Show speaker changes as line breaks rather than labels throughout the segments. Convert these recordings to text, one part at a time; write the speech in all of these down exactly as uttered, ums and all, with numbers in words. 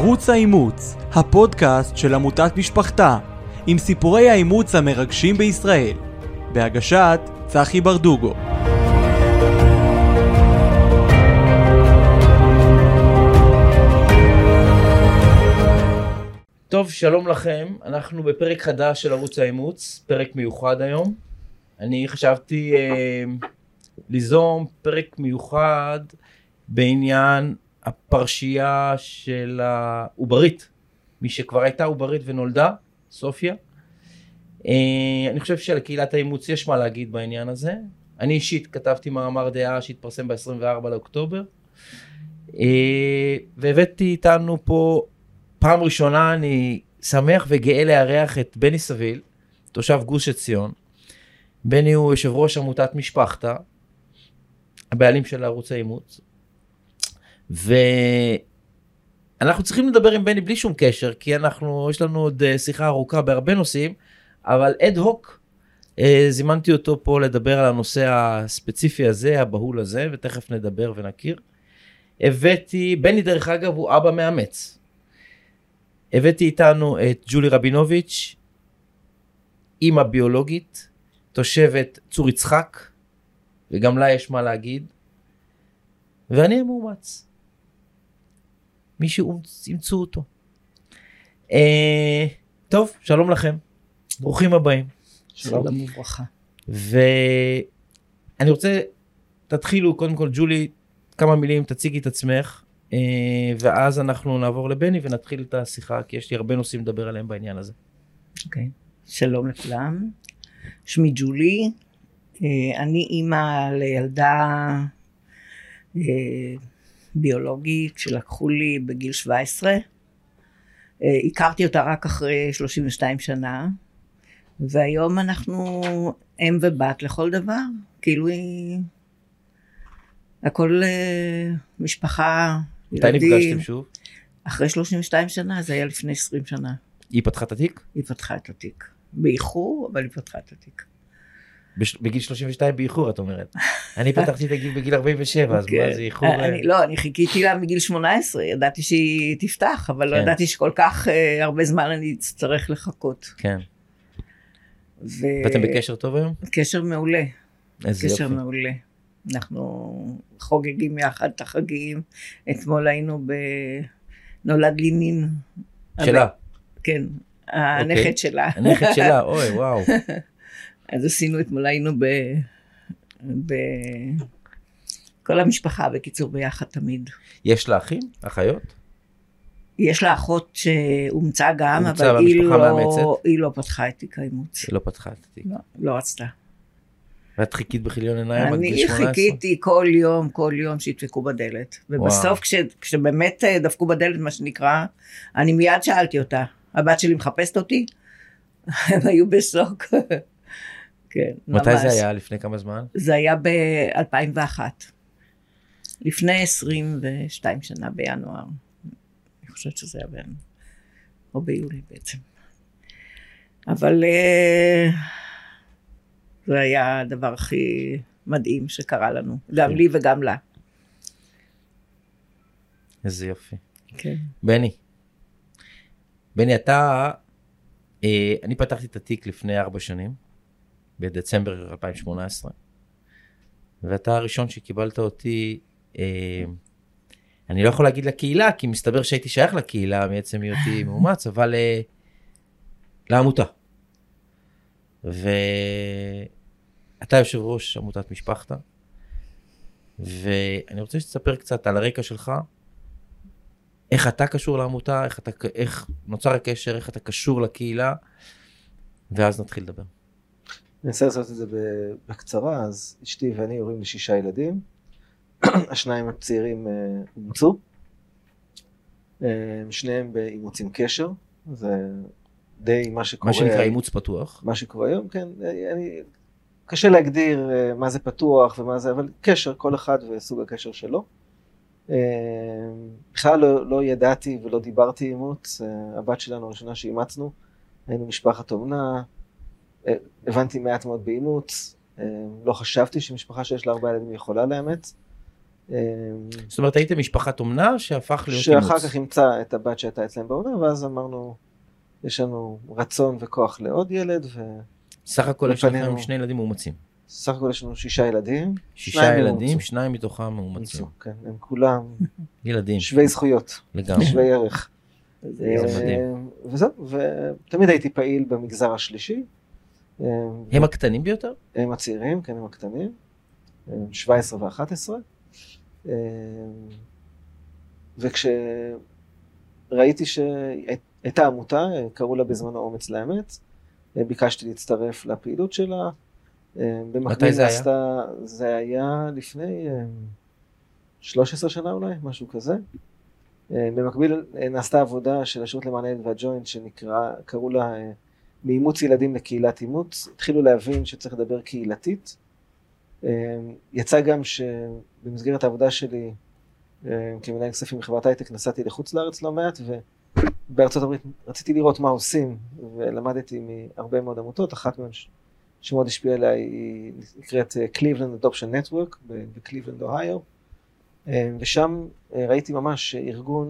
ערוץ האימוץ, הפודקאסט של עמותת משפחתה, עם סיפורי האימוץ המרגשים בישראל, בהגשת צחי ברדוגו.
טוב, שלום לכם, אנחנו בפרק חדש של ערוץ האימוץ, פרק מיוחד היום. אני חשבתי אה, ליזום פרק מיוחד בעניין הפרשייה של העוברית, מי שכבר הייתה עוברית ונולדה, סופיה. אה, אני חושב שלקהילת האימוץ יש מה להגיד בעניין הזה. אני אישית כתבתי מאמר דעה שהתפרסם ב-עשרים וארבעה לאוקטובר, אה, והבאתי איתנו פה, פעם ראשונה אני שמח וגאה לארח את בני סביל, תושב גוש עציון. בני הוא יושב ראש עמותת משפחתה, הבעלים של ערוץ האימוץ. ואנחנו צריכים לדבר עם בני בלי שום קשר, כי אנחנו, יש לנו עוד שיחה ארוכה בהרבה נושאים, אבל אד הוק, זימנתי אותו פה לדבר על הנושא הספציפי הזה, הבהול הזה, ותכף נדבר ונכיר. הבאתי, בני דרך אגב הוא אבא מאמץ. הבאתי איתנו את ג'ולי רבינוביץ', אמא ביולוגית, תושבת צור יצחק, וגם לה יש מה להגיד, ואני המאומץ. מישהו ימצאו אותו. אה, טוב, שלום לכם, ברוכים הבאים.
שלום וברכה.
ואני רוצה, תתחילו קודם כל ג'ולי, כמה מילים, תציגי את עצמך, ואז אנחנו נעבור לבני ונתחיל את השיחה, כי יש לי הרבה נושאים לדבר עליהם בעניין הזה.
אוקיי, שלום לכולם. שמי ג'ולי, אני אימא לילדה ביולוגית שלקחו לי בגיל שבע עשרה. הכרתי אותה רק אחרי שלושים ושתיים שנה, והיום אנחנו אם ובת לכל דבר, כאילו היא הכל משפחה,
מתי נפגשתם שוב?
אחרי שלושים ושתיים שנה, זה היה לפני עשרים שנה.
היא פתחה את התיק?
היא פתחה את התיק. באיחור, אבל היא פתחה את התיק.
בגיל שלושים ושתיים באיחור, את אומרת. אני פתחתי את הגיל בגיל ארבעים ושבע, אז מה זה איחור?
לא, אני חיכיתי לה מגיל שמונה עשרה, ידעתי שהיא תפתח, אבל לא ידעתי שכל כך הרבה זמן אני אצטרך לחכות.
כן. ואתם בקשר טוב היום?
קשר מעולה.
איזה יופי.
קשר מעולה. אנחנו חוגגים יחד את החגים. אתמול היינו בנולד לי נין.
שלה?
כן, הנכד שלה.
הנכד שלה, אוי, וואו.
אז עשינו אתמול, היינו ב... ב... כל המשפחה, בקיצור, ביחד תמיד.
יש לה אחים? אחיות?
יש לה אחות שהומצאה גם, אבל היא לא, היא לא פתחה את תיק האימוץ.
היא לא פתחה את התיק.
לא, לא רצתה.
ואת חיכית בחיליון עיניים עד גיל
אני
שמונה עשרה?
חיכיתי כל יום, כל יום שהדפקו בדלת. ובסוף כש, כשבאמת דפקו בדלת, מה שנקרא, אני מיד שאלתי אותה, הבת שלי מחפשת אותי? הם היו בשוק. כן,
מתי
ממש.
זה היה? לפני כמה זמן?
זה היה ב-אלפיים ואחת. לפני עשרים ושתיים שנה בינואר. אני חושבת שזה היה בינואר. או ביולי בעצם. אבל זה היה הדבר הכי מדהים שקרה לנו. גם לי וגם לה.
איזה יופי.
כן.
בני. בני, אתה... אה, אני פתחתי את התיק לפני ארבע שנים, בדצמבר אלפיים שמונה עשרה, ואתה הראשון שקיבלת אותי, אה, אני לא יכול להגיד לקהילה, כי מסתבר שהייתי שייך לקהילה, מעצם היותי מאומץ, אבל אה, לעמותה. ואתה יושב ראש עמותת משפחתה, ואני רוצה שתספר קצת על הרקע שלך, איך אתה קשור לעמותה, איך, אתה, איך נוצר הקשר, איך אתה קשור לקהילה, ואז נתחיל לדבר.
אני אנסה לעשות את זה בקצרה. אז אשתי ואני הורים לשישה ילדים, השניים הצעירים אומצו, שניהם באימוצים קשר, זה די מה שקורה...
מה שנקרא אימוץ פתוח.
מה שקורה היום, כן, אני, קשה להגדיר מה זה פתוח ומה זה, אבל קשר, כל אחד וסוג הקשר שלו. בכלל לא, לא ידעתי ולא דיברתי אימוץ, הבת שלנו הראשונה שאימצנו, היינו משפחת אומנה, הבנתי מעט מאוד באימוץ, לא חשבתי שמשפחה שיש לה ארבעה ילדים יכולה לאמץ,
זאת אומרת, הייתם משפחת אומנה שהפך להיות
שאחר
אימוץ.
כך ימצא את הבת שהייתה אצלם באומנה, ואז אמרנו, יש לנו רצון וכוח לעוד ילד, ו...
סך הכל יש
ופנינו-
לכם שני ילדים מאומצים.
סך הכל יש לנו שישה ילדים.
שישה
שניים
ילדים,
מאומצו.
שניים מתוכם מאומצים.
מאומצו, כן, הם כולם
ילדים,
שווי זכויות,
לגמרי.
שווי ערך.
זה מדהים.
אה, וזהו, ותמיד הייתי פעיל במגזר השלישי. אה,
הם הקטנים ביותר?
הם הצעירים, כן, הם הקטנים. הם שבע עשרה ו-אחת עשרה. אה, וכשראיתי שהייתה עמותה, קראו לה בזמנו אומץ לאמץ, אה, ביקשתי להצטרף לפעילות שלה. אה, במקביל
זה היה?
נעשתה, זה היה לפני אה, שלוש עשרה שנה אולי, משהו כזה. אה, במקביל אה, נעשתה עבודה של השירות למען הילד והג'וינט, שנקרא, קראו לה אה, מאימוץ ילדים לקהילת אימוץ. התחילו להבין שצריך לדבר קהילתית. אה, יצא גם שבמסגרת העבודה שלי, אה, כמנהל כספים בחברת הייטק, נסעתי לחוץ לארץ לא מעט, ובארצות הברית רציתי לראות מה עושים, ולמדתי מהרבה מאוד עמותות. אחת מהן ש- שמאוד השפיעה עליי היא נקראת אה, Cleveland Adoption Network בקליבלנד, אוהיו. אה, ושם אה, ראיתי ממש ארגון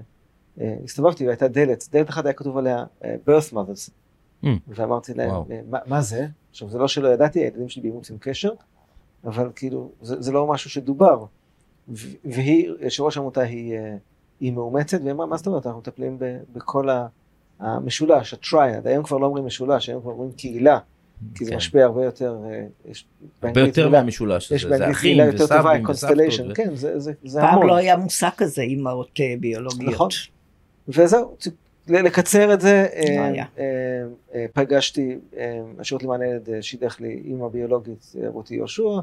שהסתובבתי והייתה דלת, דלת אחת היה כתוב עליה אה, birth mothers,
Mm.
ואמרתי להם,
וואו.
אה, מה, מה זה? עכשיו זה לא שלא ידעתי, הילדים שלי באימוץ עם קשר, אבל כאילו זה, זה לא משהו שדובר. ו- והיא, יושב ראש העמותה היא, אה, היא מאומצת, והיא אמרה, מה זאת אומרת, אנחנו מטפלים ב- בכל ה- המשולש, הטריאד, היום כבר לא אומרים משולש, היום כבר אומרים קהילה, כי זה
כן.
משפיע הרבה יותר, אה, יש
הרבה
באנגלית
יותר
מילה-
מהמשולש
יש
הזה, זה
באנגלית
אחים
מילה יותר טובה,
וסבים
קונסטליישן,
וסבתות.
כן, זה, זה, זה
פעם
המון.
לא היה מושג כזה, אימהות אה, ביולוגיות.
נכון. וזהו, צ- ל- לקצר את זה, אה,
היה.
אה, אה, פגשתי, אה, השירות למען הילד אה, שידך לי אימא ביולוגית, אה, רותי יהושע,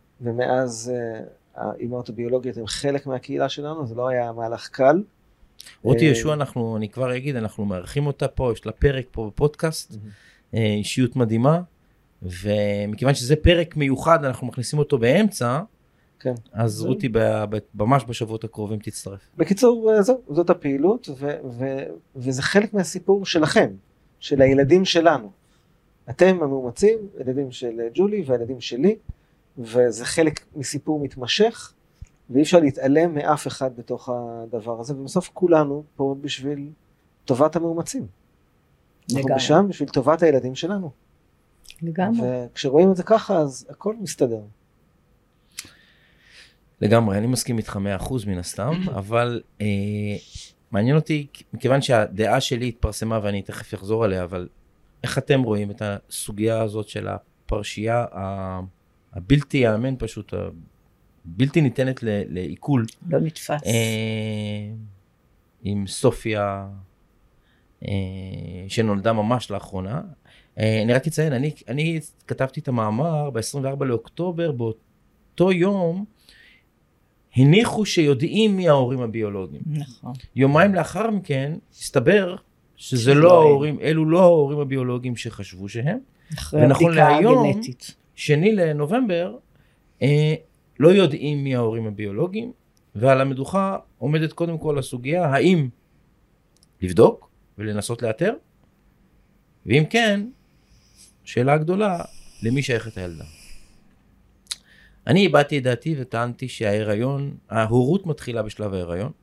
ומאז אה, האימהות הביולוגיות הן חלק מהקהילה שלנו, זה לא היה מהלך קל.
רותי
אה,
ישוע, אנחנו, אני כבר אגיד, אנחנו מארחים אותה פה, יש לה פרק פה בפודקאסט, אה, אישיות מדהימה, ומכיוון שזה פרק מיוחד, אנחנו מכניסים אותו באמצע,
כן.
אז
זה-
רותי ב- ב- ממש בשבועות הקרובים תצטרף.
בקיצור, אה, זהו, זאת הפעילות, ו- ו- וזה חלק מהסיפור שלכם, של הילדים שלנו. אתם המאומצים, הילדים של ג'ולי והילדים שלי, וזה חלק מסיפור מתמשך, ואי אפשר להתעלם מאף אחד בתוך הדבר הזה, ובסוף כולנו פה בשביל טובת המאומצים. אנחנו
לגמרי.
בשם בשביל טובת הילדים שלנו.
לגמרי.
וכשרואים את זה ככה, אז הכל מסתדר.
לגמרי, אני מסכים איתך מאה אחוז מן הסתם, אבל אה, מעניין אותי, מכיוון שהדעה שלי התפרסמה ואני תכף אחזור עליה, אבל איך אתם רואים את הסוגיה הזאת של הפרשייה ה- הבלתי יאמן פשוט, הבלתי ניתנת ל- לעיכול,
לא נתפס.
אה, עם סופיה, אה, שנולדה ממש לאחרונה. אה, אני רק אציין, אני, אני כתבתי את המאמר ב-עשרים וארבעה לאוקטובר, באותו יום, הניחו שיודעים מי ההורים הביולוגיים.
נכון.
יומיים לאחר מכן, הסתבר שזה
שזה
לא
לא הם.
ההורים, אלו לא ההורים הביולוגיים שחשבו שהם.
אחרי
ונכון
הבדיקה
להיום,
הגנטית.
שני לנובמבר, אה, לא יודעים מי ההורים הביולוגיים, ועל המדוכה עומדת קודם כל הסוגיה, האם לבדוק ולנסות לאתר, ואם כן, שאלה גדולה, למי שייכת הילדה. אני הבאתי את דעתי וטענתי שההיריון, ההורות מתחילה בשלב ההיריון,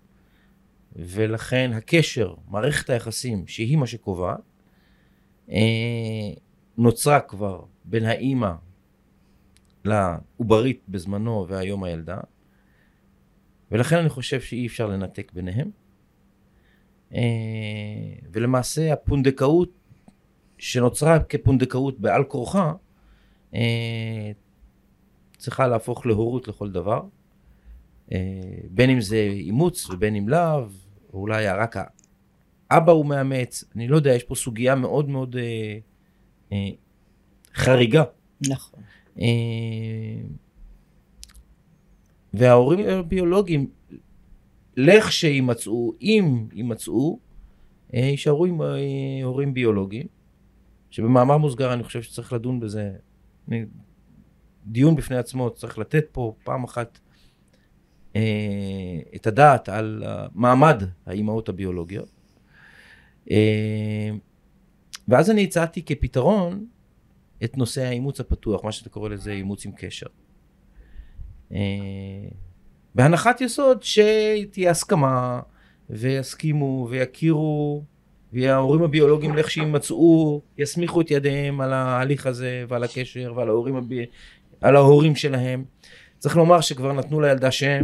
ולכן הקשר, מערכת היחסים, שהיא מה שקובעת, אה, נוצרה כבר בין האימא לעוברית בזמנו והיום הילדה, ולכן אני חושב שאי אפשר לנתק ביניהם. אה, ולמעשה הפונדקאות שנוצרה כפונדקאות בעל כורחה, אה, צריכה להפוך להורות לכל דבר, אה, בין אם זה אימוץ ובין אם לאו, או אולי רק האבא הוא מאמץ, אני לא יודע, יש פה סוגיה מאוד מאוד אה, אה, חריגה.
נכון.
אה, וההורים הביולוגיים, לך שימצאו, אם ימצאו, אה, יישארו עם אה, הורים ביולוגיים, שבמאמר מוסגר אני חושב שצריך לדון בזה, אני, דיון בפני עצמו, צריך לתת פה פעם אחת אה, את הדעת על מעמד האימהות הביולוגיות. אה, ואז אני הצעתי כפתרון את נושא האימוץ הפתוח, מה שאתה קורא לזה אימוץ עם קשר. אה, בהנחת יסוד שתהיה הסכמה, ויסכימו ויכירו, וההורים הביולוגיים לך שימצאו, יסמיכו את ידיהם על ההליך הזה ועל הקשר ועל ההורים, הב... על ההורים שלהם. צריך לומר שכבר נתנו לילדה שם,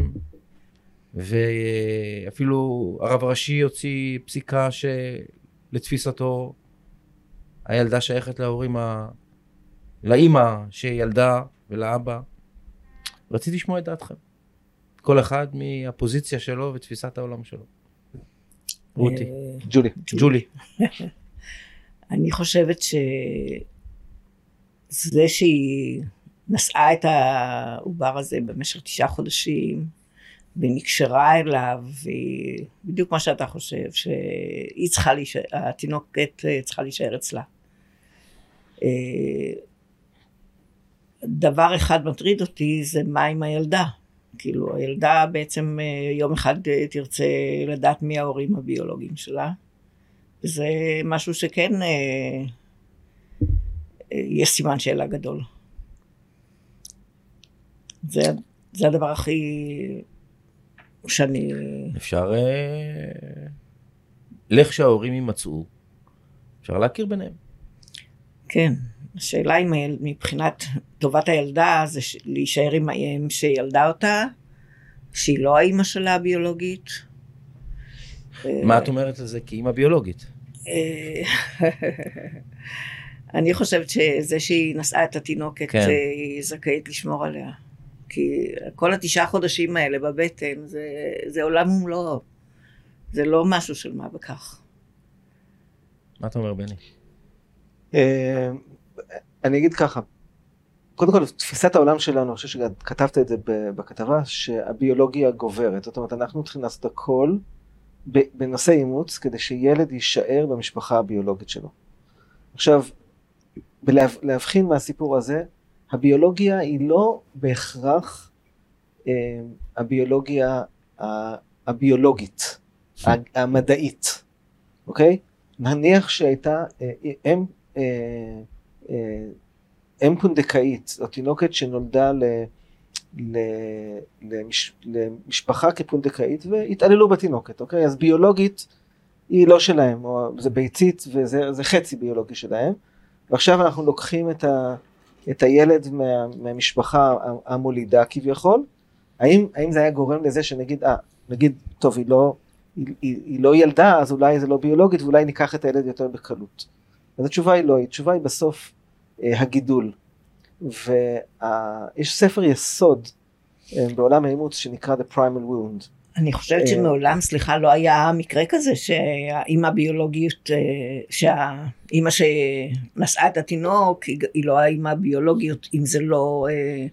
ואפילו הרב הראשי הוציא פסיקה שלתפיסתו הילדה שייכת להורים, ה... לאמא שילדה ולאבא. רציתי לשמוע את דעתכם. כל אחד מהפוזיציה שלו ותפיסת העולם שלו. רותי.
ג'ולי.
ג'ולי.
אני חושבת שזה שהיא נשאה את העובר הזה במשך תשעה חודשים, ונקשרה אליו, בדיוק מה שאתה חושב, שהיא צריכה להישאר, התינוקת צריכה להישאר אצלה. דבר אחד מטריד אותי זה מה עם הילדה. כאילו הילדה בעצם יום אחד תרצה לדעת מי ההורים הביולוגיים שלה. וזה משהו שכן יש סימן שאלה גדול. זה, זה הדבר הכי שאני...
אפשר... לך שההורים יימצאו, אפשר להכיר ביניהם.
כן. השאלה אם מבחינת טובת הילדה זה להישאר עם האם שילדה אותה, שהיא לא האמא שלה הביולוגית.
מה את אומרת על זה כאמא ביולוגית?
אני חושבת שזה שהיא נשאה את התינוקת, היא זכאית לשמור עליה. כי כל התשעה חודשים האלה בבטן, זה עולם ומלואו. זה לא משהו של מה בכך.
מה אתה אומר, בני?
אני אגיד ככה, קודם כל, תפיסת העולם שלנו, אני חושב שכתבת את זה בכתבה, שהביולוגיה גוברת. זאת אומרת, אנחנו צריכים לעשות הכל בנושא אימוץ, כדי שילד יישאר במשפחה הביולוגית שלו. עכשיו, להבחין מהסיפור הזה, הביולוגיה היא לא בהכרח אה, הביולוגיה הביולוגית, המדעית, אוקיי? נניח שהייתה אה, אם, אה, אה, אם פונדקאית, או תינוקת שנולדה ל, ל, למש, למשפחה כפונדקאית, והתעללו בתינוקת, אוקיי? אז ביולוגית היא לא שלהם, או זה ביצית וזה זה חצי ביולוגי שלהם, ועכשיו אנחנו לוקחים את, ה, את הילד מה, מהמשפחה המולידה כביכול, האם, האם זה היה גורם לזה שנגיד, אה, נגיד, טוב, היא לא, היא, היא, היא לא ילדה, אז אולי זה לא ביולוגית, ואולי ניקח את הילד יותר בקלות. אז התשובה היא לא, התשובה היא בסוף אה, הגידול. ויש ספר יסוד אה, בעולם האימוץ שנקרא The Primal Wound.
אני חושבת שמעולם, סליחה, לא היה מקרה כזה שהאימא הביולוגית, שהאימא שנשאה את התינוק, היא לא האימא הביולוגית, אם זה לא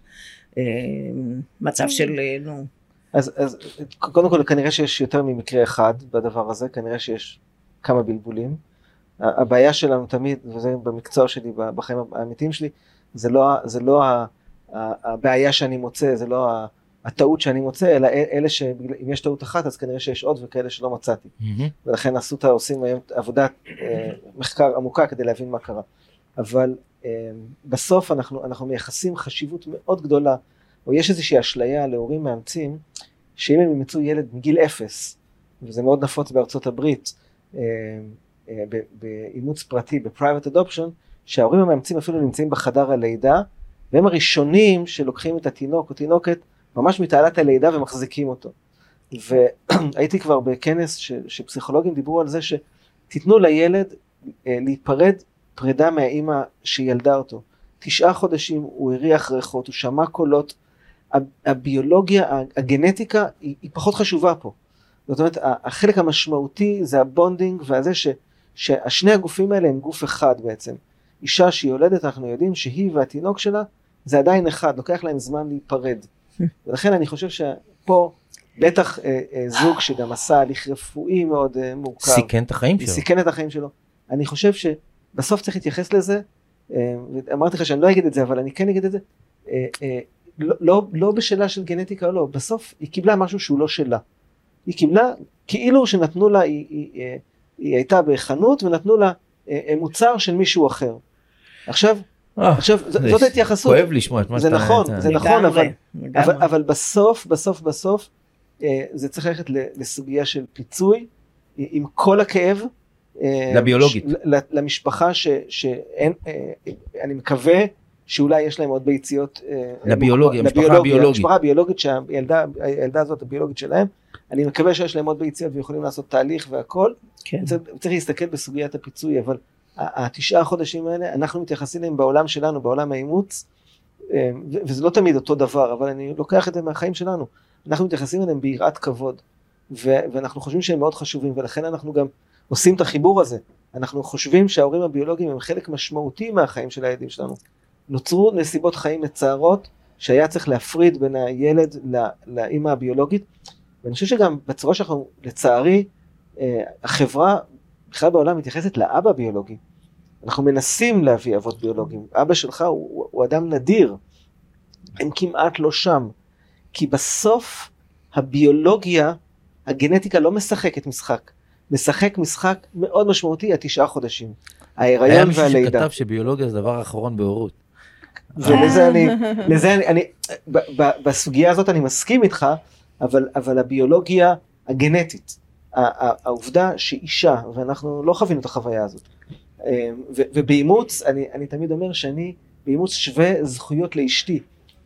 מצב של, נו.
אז, אז קודם כל, כנראה שיש יותר ממקרה אחד בדבר הזה, כנראה שיש כמה בלבולים. הבעיה שלנו תמיד, וזה במקצוע שלי, בחיים האמיתיים שלי, זה לא, זה לא הבעיה שאני מוצא, זה לא ה... הטעות שאני מוצא, אלא אלה שאם יש טעות אחת, אז כנראה שיש עוד וכאלה שלא מצאתי. Mm-hmm. ולכן עשו את העושים היום עבודת אה, מחקר עמוקה כדי להבין מה קרה. אבל אה, בסוף אנחנו, אנחנו מייחסים חשיבות מאוד גדולה, או יש איזושהי אשליה להורים מאמצים, שאם הם ימצאו ילד מגיל אפס, וזה מאוד נפוץ בארצות הברית, אה, אה, באימוץ פרטי, ב-private adoption, שההורים המאמצים אפילו נמצאים בחדר הלידה, והם הראשונים שלוקחים את התינוק או תינוקת, ממש מתעלת הלידה ומחזיקים אותו. והייתי כבר בכנס ש, שפסיכולוגים דיברו על זה שתיתנו לילד אה, להיפרד פרידה מהאימא שילדה אותו. תשעה חודשים הוא הריח ריחות, הוא שמע קולות, הביולוגיה, הגנטיקה היא, היא פחות חשובה פה. זאת אומרת, החלק המשמעותי זה הבונדינג והזה ש, שהשני הגופים האלה הם גוף אחד בעצם. אישה שהיא יולדת, אנחנו יודעים שהיא והתינוק שלה זה עדיין אחד, לוקח להם זמן להיפרד. ולכן אני חושב שפה בטח אה, אה, זוג שגם עשה הליך רפואי מאוד אה, מורכב.
סיכן את החיים שלו.
סיכן את החיים שלו. אני חושב שבסוף צריך להתייחס לזה, אה, אמרתי לך שאני לא אגיד את זה, אבל אני כן אגיד את זה, אה, אה, לא, לא, לא בשאלה של גנטיקה או לא, בסוף היא קיבלה משהו שהוא לא שלה. היא קיבלה כאילו שנתנו לה, היא, היא, היא, היא הייתה בחנות ונתנו לה אה, מוצר של מישהו אחר. עכשיו, עכשיו, זאת ההתייחסות.
כואב לשמוע את מה שאתה...
זה נכון, זה נכון, אבל בסוף, בסוף, בסוף, זה צריך ללכת לסוגיה של פיצוי, עם כל הכאב,
לביולוגית.
למשפחה שאין, אני מקווה שאולי יש להם עוד ביציות.
לביולוגיה, המשפחה הביולוגית.
המשפחה הביולוגית, שהילדה הזאת הביולוגית שלהם, אני מקווה שיש להם עוד ביציות ויכולים לעשות תהליך והכל. צריך להסתכל בסוגיית הפיצוי, אבל התשעה חודשים האלה, אנחנו מתייחסים להם בעולם שלנו, בעולם האימוץ, וזה לא תמיד אותו דבר, אבל אני לוקח את זה מהחיים שלנו. אנחנו מתייחסים אליהם ביראת כבוד, ואנחנו חושבים שהם מאוד חשובים, ולכן אנחנו גם עושים את החיבור הזה. אנחנו חושבים שההורים הביולוגיים הם חלק משמעותי מהחיים של הילדים שלנו. נוצרו נסיבות חיים מצערות, שהיה צריך להפריד בין הילד לאמא הביולוגית, ואני חושב שגם בצורה שאנחנו, לצערי, החברה בכלל בעולם מתייחסת לאבא ביולוגי. אנחנו מנסים להביא אבות ביולוגיים. אבא שלך הוא, הוא אדם נדיר. הם כמעט לא שם. כי בסוף הביולוגיה, הגנטיקה לא משחקת משחק. משחק משחק מאוד משמעותי, התשעה חודשים. ההיריון והלידה. היה מישהו
שכתב שביולוגיה זה דבר האחרון בהורות.
ולזה אני, לזה אני, אני ב, ב, בסוגיה הזאת אני מסכים איתך, אבל, אבל הביולוגיה הגנטית, העובדה שאישה, ואנחנו לא חווינו את החוויה הזאת, ובאימוץ, אני, אני תמיד אומר שאני באימוץ שווה זכויות לאשתי,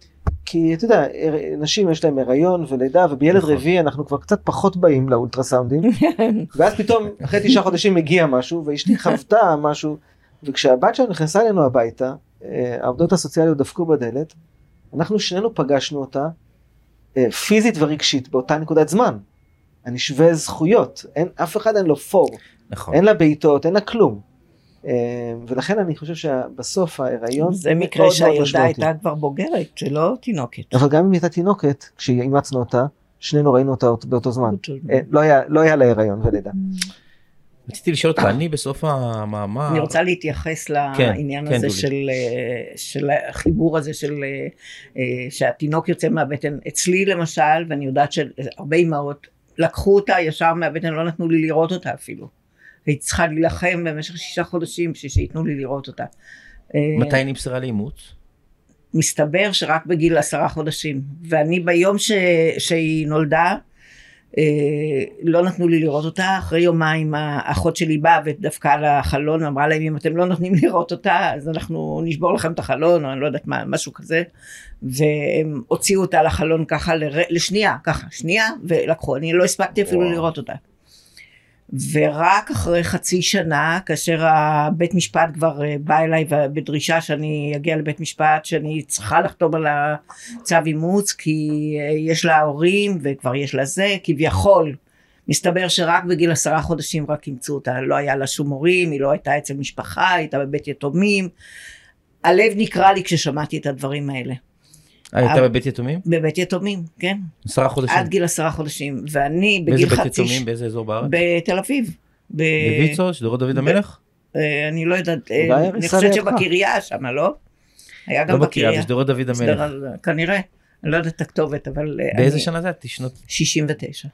כי אתה יודע, נשים יש להם הריון ולידה, ובילד רביעי אנחנו כבר קצת פחות באים לאולטרסאונדים, ואז פתאום אחרי תשעה חודשים מגיע משהו, ואשתי חוותה משהו, וכשהבת שלנו נכנסה אלינו הביתה, העובדות הסוציאליות דפקו בדלת, אנחנו שנינו פגשנו אותה, פיזית ורגשית באותה נקודת זמן. אני שווה זכויות, אין, אף אחד אין לו פור,
נכון.
אין לה בעיטות, אין לה כלום. ולכן אני חושב שבסוף ההיריון
זה מקרה שהילדה הייתה כבר בוגרת, שלא תינוקת.
אבל גם אם הייתה תינוקת, כשאימצנו אותה, שנינו ראינו אותה באותו זמן. לא היה, לא היה לה הריון ולידה.
רציתי לשאול אותך, אני בסוף המאמר...
אני רוצה להתייחס לעניין הזה של החיבור הזה של שהתינוק יוצא מהבטן. אצלי למשל, ואני יודעת שהרבה אמהות לקחו אותה ישר מהבטן, לא נתנו לי לראות אותה אפילו. הייתי צריכה להילחם במשך שישה חודשים שיתנו לי לראות אותה.
מתי נמסרה לאימוץ?
מסתבר שרק בגיל עשרה חודשים. ואני ביום שהיא נולדה, לא נתנו לי לראות אותה. אחרי יומיים האחות שלי באה ודפקה על החלון, אמרה להם אם אתם לא נותנים לראות אותה אז אנחנו נשבור לכם את החלון, או אני לא יודעת מה, משהו כזה, והם הוציאו אותה לחלון ככה לשנייה, ככה שנייה, ולקחו, אני לא הספקתי אפילו וואו. לראות אותה. ורק אחרי חצי שנה, כאשר הבית משפט כבר בא אליי בדרישה שאני אגיע לבית משפט, שאני צריכה לחתום על הצו אימוץ, כי יש לה הורים וכבר יש לה זה, כביכול, מסתבר שרק בגיל עשרה חודשים רק ימצאו אותה, לא היה לה שום הורים, היא לא הייתה אצל משפחה, היא הייתה בבית יתומים, הלב נקרא לי כששמעתי את הדברים האלה.
הייתה בבית יתומים?
בבית יתומים, כן.
עשרה חודשים?
עד גיל עשרה חודשים, ואני בגיל חצי...
באיזה בית יתומים? באיזה אזור בארץ?
בתל אביב.
בויצו? שדרות דוד המלך?
אני לא יודעת, אני חושבת שבקריה שם, לא? היה גם בקריה.
לא בקריה, בשדרות דוד המלך.
כנראה, אני לא יודעת את הכתובת, אבל...
באיזה שנה זה? תשנות?
שישים ותשע.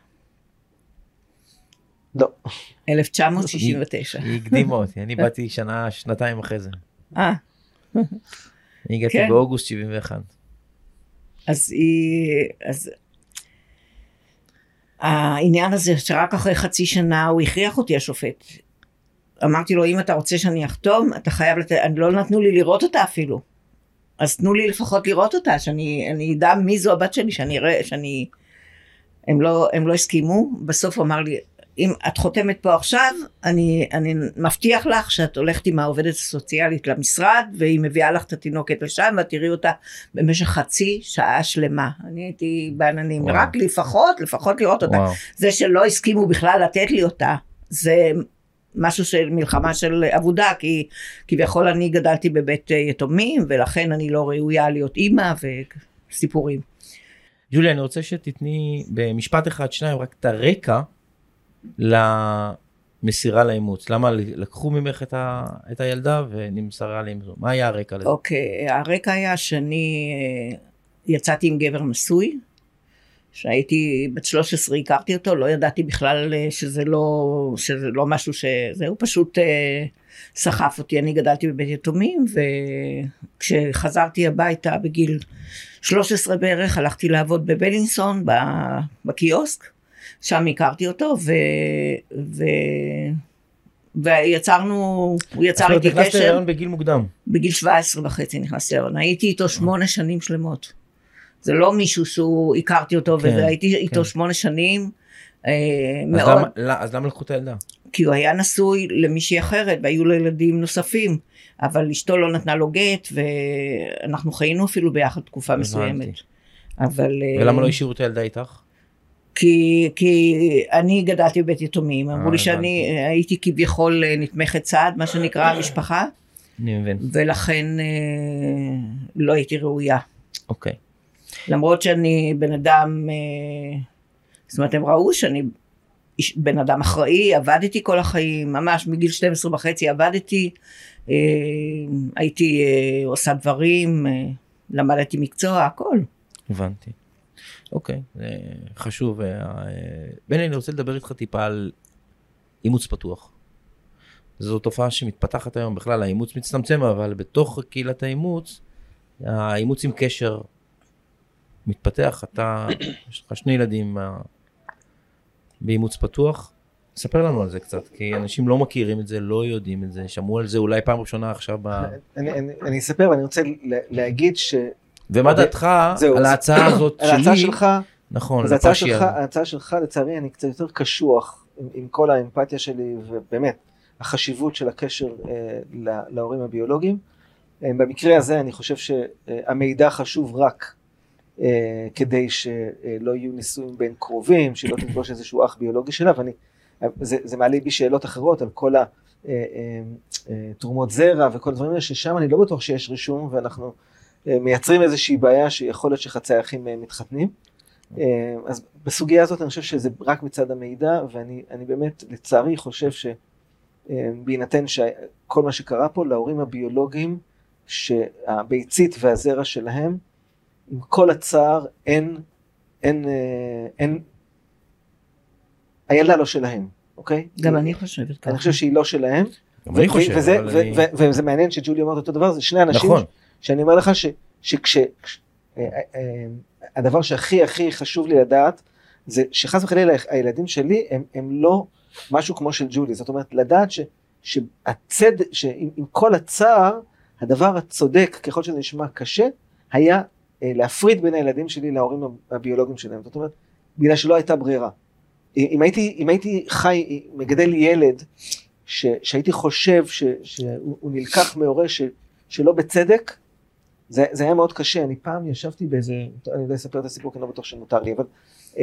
לא.
אלף תשע מאות שישים ותשע.
היא הקדימה אותי, אני באתי שנה, שנתיים אחרי זה.
אה.
אני הגעתי באוגוסט שבעים ואחת.
אז היא, אז העניין הזה שרק אחרי חצי שנה הוא הכריח אותי השופט. אמרתי לו, אם אתה רוצה שאני אחתום, אתה חייב לתת, לא נתנו לי לראות אותה אפילו. אז תנו לי לפחות לראות אותה, שאני, אני אדע מי זו הבת שלי, שאני אראה, שאני, הם לא, הם לא הסכימו. בסוף הוא אמר לי, אם את חותמת פה עכשיו, אני, אני מבטיח לך שאת הולכת עם העובדת הסוציאלית למשרד, והיא מביאה לך את התינוקת לשם, ואת תראי אותה במשך חצי שעה שלמה. אני הייתי בעננים, וואו. רק לפחות, לפחות לראות אותה. וואו. זה שלא הסכימו בכלל לתת לי אותה, זה משהו של מלחמה של עבודה, כי כביכול אני גדלתי בבית יתומים, ולכן אני לא ראויה להיות אימא וסיפורים.
ג'וליה, אני רוצה שתתני במשפט אחד, שניים, רק את הרקע, למסירה לאימוץ. למה לקחו ממך את, ה, את הילדה ונמסרה לאימוץ? מה היה הרקע לזה?
אוקיי, okay, הרקע היה שאני יצאתי עם גבר נשוי, כשהייתי בת שלוש עשרה הכרתי אותו, לא ידעתי בכלל שזה לא, שזה לא משהו שזה, הוא פשוט סחף אותי. אני גדלתי בבית יתומים, וכשחזרתי הביתה בגיל שלוש עשרה בערך, הלכתי לעבוד בבלינסון, בקיוסק, שם הכרתי אותו, ו... ו... ויצרנו, הוא יצר איתי קשר.
נכנסת להיריון בגיל מוקדם.
בגיל שבע עשרה וחצי נכנסתי להיריון. הייתי איתו שמונה שנים שלמות. זה לא מישהו שהוא הכרתי אותו,
כן,
והייתי
כן.
איתו שמונה שנים. אה,
אז
מאוד.
למה, אז למה לקחו את הילדה?
כי הוא היה נשוי למישהי אחרת, והיו לו ילדים נוספים, אבל אשתו לא נתנה לו גט, ואנחנו חיינו אפילו ביחד תקופה מסוימת. אבל...
ולמה לא השאירו את הילדה איתך?
כי, כי אני גדלתי בבית יתומים, אמרו
אה,
לי שאני
הבנתי.
הייתי כביכול נתמכת צעד, מה שנקרא המשפחה,
אני מבין.
ולכן אה, לא הייתי ראויה.
אוקיי.
למרות שאני בן אדם, אה, זאת אומרת, הם ראו שאני איש- בן אדם אחראי, עבדתי כל החיים, ממש מגיל שתים עשרה וחצי עבדתי, אה, הייתי אה, עושה דברים, אה, למדתי מקצוע, הכל.
הבנתי. אוקיי, זה חשוב. אה, אה, בני, אני רוצה לדבר איתך טיפה על אימוץ פתוח. זו תופעה שמתפתחת היום בכלל, האימוץ מצטמצם, אבל בתוך קהילת האימוץ, האימוץ עם קשר מתפתח. אתה, יש לך שני ילדים אה, באימוץ פתוח. ספר לנו על זה קצת, כי אנשים לא מכירים את זה, לא יודעים את זה, שמעו על זה אולי פעם ראשונה עכשיו ב...
אני, אני, אני אספר ואני רוצה לה- להגיד ש...
ומה דעתך
זהו,
על
אז-
ההצעה הזאת
על
שלי?
ההצעה שלך,
נכון,
אז ההצעה
לפשי
שלך,
הזה.
ההצעה שלך לצערי אני קצת יותר קשוח עם, עם כל האמפתיה שלי ובאמת החשיבות של הקשר אה, לה, להורים הביולוגיים. אה, במקרה הזה אני חושב שהמידע חשוב רק אה, כדי שלא יהיו נישואים בין קרובים, שלא תפגוש איזשהו אח ביולוגי שלה, ואני, זה, זה מעלה בי שאלות אחרות על כל התרומות זרע וכל הדברים האלה, ששם אני לא בטוח שיש רישום, ואנחנו אה, מייצרים איזושהי בעיה שיכול להיות שחצי האחים אה, מתחתנים. אה, אז בסוגיה הזאת אני חושב שזה רק מצד המידע, ואני אני באמת לצערי חושב שבהינתן שכל מה שקרה פה להורים הביולוגיים, שהביצית והזרע שלהם, עם כל הצער, אין, אין, אה, אין, הילדה לא שלהם, אוקיי?
גם אני חושבת ככה.
אני חושב שהיא לא שלהם.
גם אני
ו-
חושב,
וזה,
אבל
ו-
אני...
ו- וזה מעניין שג'ולי אומרת אותו דבר, זה שני אנשים
נכון.
ש- שאני אומר לך ש- שכש... כש- אה, אה, הדבר שהכי הכי חשוב לי לדעת, זה שחס וחלילה הילדים שלי הם, הם לא משהו כמו של ג'ולי, זאת אומרת לדעת ש- שהצד, שעם עם כל הצער, הדבר הצודק, ככל שזה נשמע קשה, היה אה, להפריד בין הילדים שלי להורים הביולוגיים שלהם, זאת אומרת, בגלל שלא הייתה ברירה. אם הייתי, אם הייתי חי, מגדל ילד, ש, שהייתי חושב ש, שהוא הוא נלקח מהורה ש, שלא בצדק, זה, זה היה מאוד קשה. אני פעם ישבתי באיזה, אני לא אספר את הסיפור, כי אני לא בטוח שמותר לי, אבל...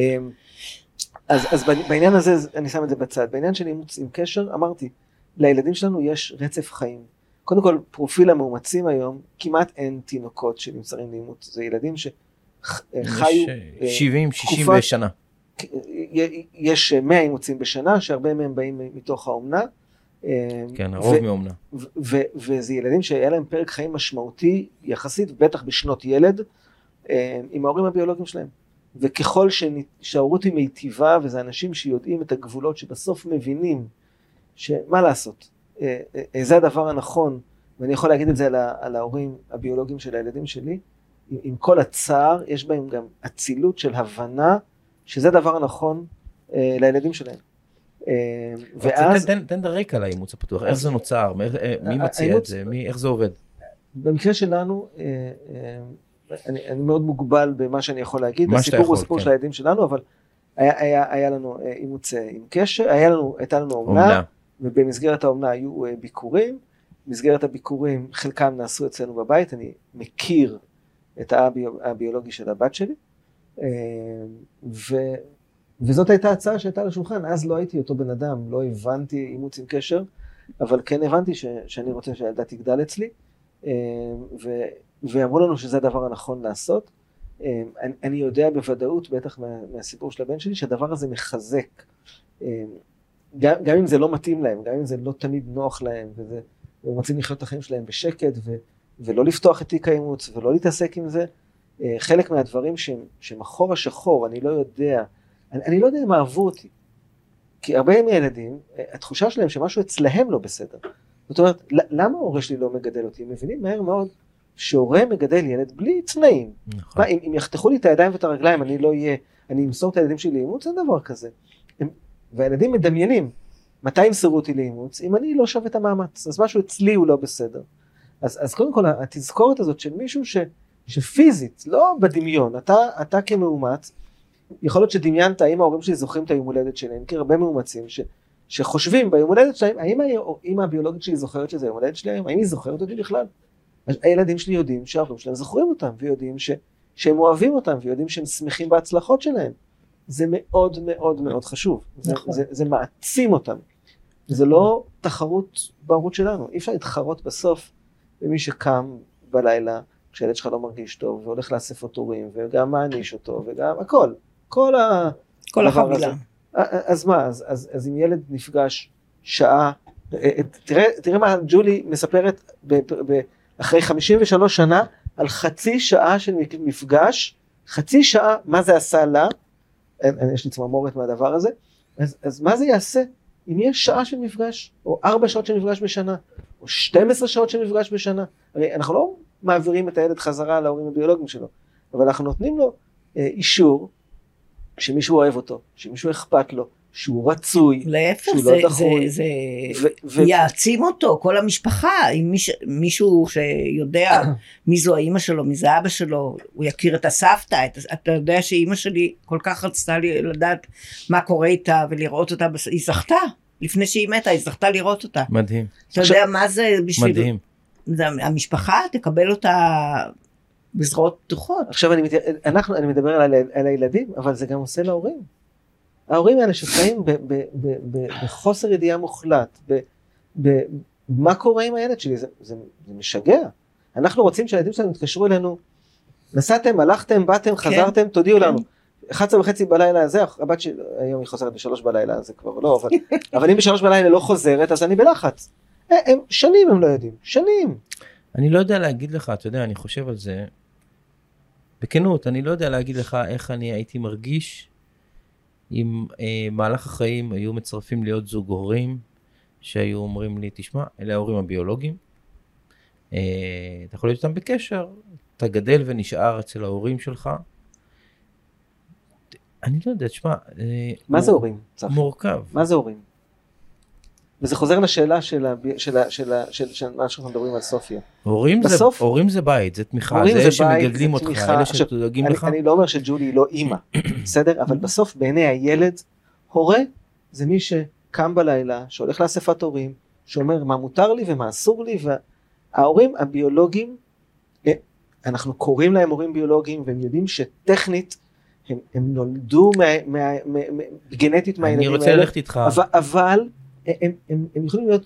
אז, אז בעניין הזה, אני שם את זה בצד. בעניין של אימוץ עם קשר, אמרתי, לילדים שלנו יש רצף חיים. קודם כל, פרופיל המאומצים היום, כמעט אין תינוקות שנמסרים לאימוץ. זה ילדים שחיו...
שבעים שישים
תקופה-
בשנה.
יש מאה אימוצים בשנה, שהרבה מהם באים מתוך האומנה.
כן, הרוב מאומנה.
ו- ו- וזה ילדים שהיה להם פרק חיים משמעותי יחסית, בטח בשנות ילד, עם ההורים הביולוגיים שלהם. וככל שההורות היא מיטיבה, וזה אנשים שיודעים את הגבולות, שבסוף מבינים שמה לעשות, זה הדבר הנכון, ואני יכול להגיד את זה על, ה- על ההורים הביולוגיים של הילדים שלי, עם, עם כל הצער, יש בהם גם אצילות של הבנה, שזה הדבר הנכון אה, לילדים שלהם. אה, ואז...
תן, תן, תן דרק על האימוץ הפתוח, איך זה נוצר, מי, מי מציע
האימוץ-
את זה, מי, איך זה עובד?
במקרה שלנו, אה, אה, אני, אני מאוד מוגבל במה שאני יכול להגיד,
מה שאתה
הסיפור
יכול,
הוא סיפור
כן.
של הילדים שלנו, אבל היה, היה, היה לנו אה, אימוץ אה, עם קשר, היה לנו, הייתה לנו אומנה,
אומנה.
ובמסגרת האומנה היו אה, ביקורים, במסגרת הביקורים חלקם נעשו אצלנו בבית, אני מכיר את האבי, הביולוגי של הבת שלי, אה, ו... וזאת הייתה הצעה שהייתה על השולחן, אז לא הייתי אותו בן אדם, לא הבנתי אימוץ עם קשר, אבל כן הבנתי ש, שאני רוצה שהילדה תגדל אצלי, ו, ואמרו לנו שזה הדבר הנכון לעשות. אני, אני יודע בוודאות, בטח מה, מהסיפור של הבן שלי, שהדבר הזה מחזק, גם, גם אם זה לא מתאים להם, גם אם זה לא תמיד נוח להם, וזה, והם רוצים לחיות את החיים שלהם בשקט, ו, ולא לפתוח את תיק האימוץ, ולא להתעסק עם זה, חלק מהדברים שהם, שהם החור השחור, אני לא יודע, אני, אני לא יודע אם אהבו אותי. כי הרבה מהילדים, התחושה שלהם שמשהו אצלהם לא בסדר. זאת אומרת, למה ההורה שלי לא מגדל אותי? הם מבינים מהר מאוד שהורה מגדל ילד בלי צנעים. נכון. מה, אם, אם יחתכו לי את הידיים ואת הרגליים, אני לא אהיה, אני אמסור את הילדים שלי לאימוץ, אין דבר כזה. הם, והילדים מדמיינים, מתי ימסרו אותי לאימוץ? אם אני לא שווה את המאמץ, אז משהו אצלי הוא לא בסדר. אז, אז קודם כל, התזכורת הזאת של מישהו ש, שפיזית, לא בדמיון, אתה, אתה כמאומץ, יכול להיות שדמיינת, האם ההורים שלי זוכרים את היום הולדת שלהם, כי הרבה מאומצים ש, שחושבים ביום הולדת שלהם, האם האמא הביולוגית שלי זוכרת שזה יום הולדת שלהם, האם היא זוכרת אותי בכלל? הילדים שלי יודעים שההורים שלהם זוכרים אותם, ויודעים ש, שהם אוהבים אותם, ויודעים שהם שמחים בהצלחות שלהם. זה מאוד מאוד מאוד חשוב, זה, זה, זה מעצים אותם. זה לא תחרות בערוץ שלנו, אי אפשר להתחרות בסוף במי שקם בלילה, כשהילד שלך לא מרגיש טוב, והולך לאספות הורים, וגם מעניש אותו, וגם הכל, כל ה...
כל החבילה.
אז מה, אז, אז, אז אם ילד נפגש שעה, תראה, תראה מה ג'ולי מספרת ב, ב, אחרי חמישים ושלוש שנה, על חצי שעה של מפגש, חצי שעה, מה זה עשה לה, יש לי צמרמורת מהדבר הזה, אז, אז מה זה יעשה אם יש שעה של מפגש, או ארבע שעות של מפגש בשנה, או שתים עשרה שעות של מפגש בשנה, הרי אנחנו לא מעבירים את הילד חזרה להורים הביולוגיים שלו, אבל אנחנו נותנים לו אה, אישור, שמישהו אוהב אותו, שמישהו אכפת לו, שהוא רצוי,
להפך,
שהוא
זה,
לא דחוי.
זה, זה ו- יעצים אותו, כל המשפחה, אם מיש, מישהו שיודע מי זו האמא שלו, מי זה אבא שלו, הוא יכיר את הסבתא, את, אתה יודע שאמא שלי כל כך רצתה לי לדעת מה קורה איתה ולראות אותה, היא זכתה, לפני שהיא מתה, היא זכתה לראות אותה.
מדהים.
אתה עכשיו, יודע מה זה בשביל...
מדהים.
זה, המשפחה תקבל אותה בזרועות פתוחות.
עכשיו אני, אנחנו, אני מדבר על, על הילדים, אבל זה גם עושה להורים. ההורים האלה שחיים ב, ב, ב, ב, בחוסר ידיעה מוחלט, ב, ב, מה קורה עם הילד שלי, זה, זה, זה משגע. אנחנו רוצים שהילדים שלנו יתקשרו אלינו, נסעתם, הלכתם, באתם, חזרתם, תודיעו לנו. אחת עשרה וחצי בלילה, זה, הבת שלי, היום היא חוזרת בשלוש בלילה, זה כבר לא, אבל, אבל אם בשלוש בלילה לא חוזרת, אז אני בלחץ. הם, שנים הם לא יודעים, שנים.
אני לא יודע להגיד לך, אתה יודע, אני חושב על זה, בכנות, אני לא יודע להגיד לך איך אני הייתי מרגיש, אם אה, מהלך החיים היו מצרפים להיות זוג הורים, שהיו אומרים לי, תשמע, אלה ההורים הביולוגיים, אה, אתה יכול להיות איתם בקשר, אתה גדל ונשאר אצל ההורים שלך, אני לא יודע, תשמע, אה,
מה מור... זה הורים? צחי?
מורכב.
מה זה הורים? וזה חוזר לשאלה של, ה... של, ה... של, ה... של... של מה שאנחנו מדברים על סופיה.
הורים, בסוף, זה, הורים זה בית, זה תמיכה, זה אלה שמגדלים אותך, אלה שדואגים לך.
אני לא אומר שג'ולי היא לא אימא, בסדר? אבל בסוף בעיני הילד, הורה זה מי שקם בלילה, שהולך לאספת הורים, שאומר מה מותר לי ומה אסור לי, וההורים הביולוגיים, אנחנו קוראים להם הורים ביולוגיים, והם יודעים שטכנית, הם, הם נולדו מה, מה, מה, מה, גנטית מהילדים האלה.
אני רוצה ללכת איתך.
אבל, אבל הם, הם, הם יכולים להיות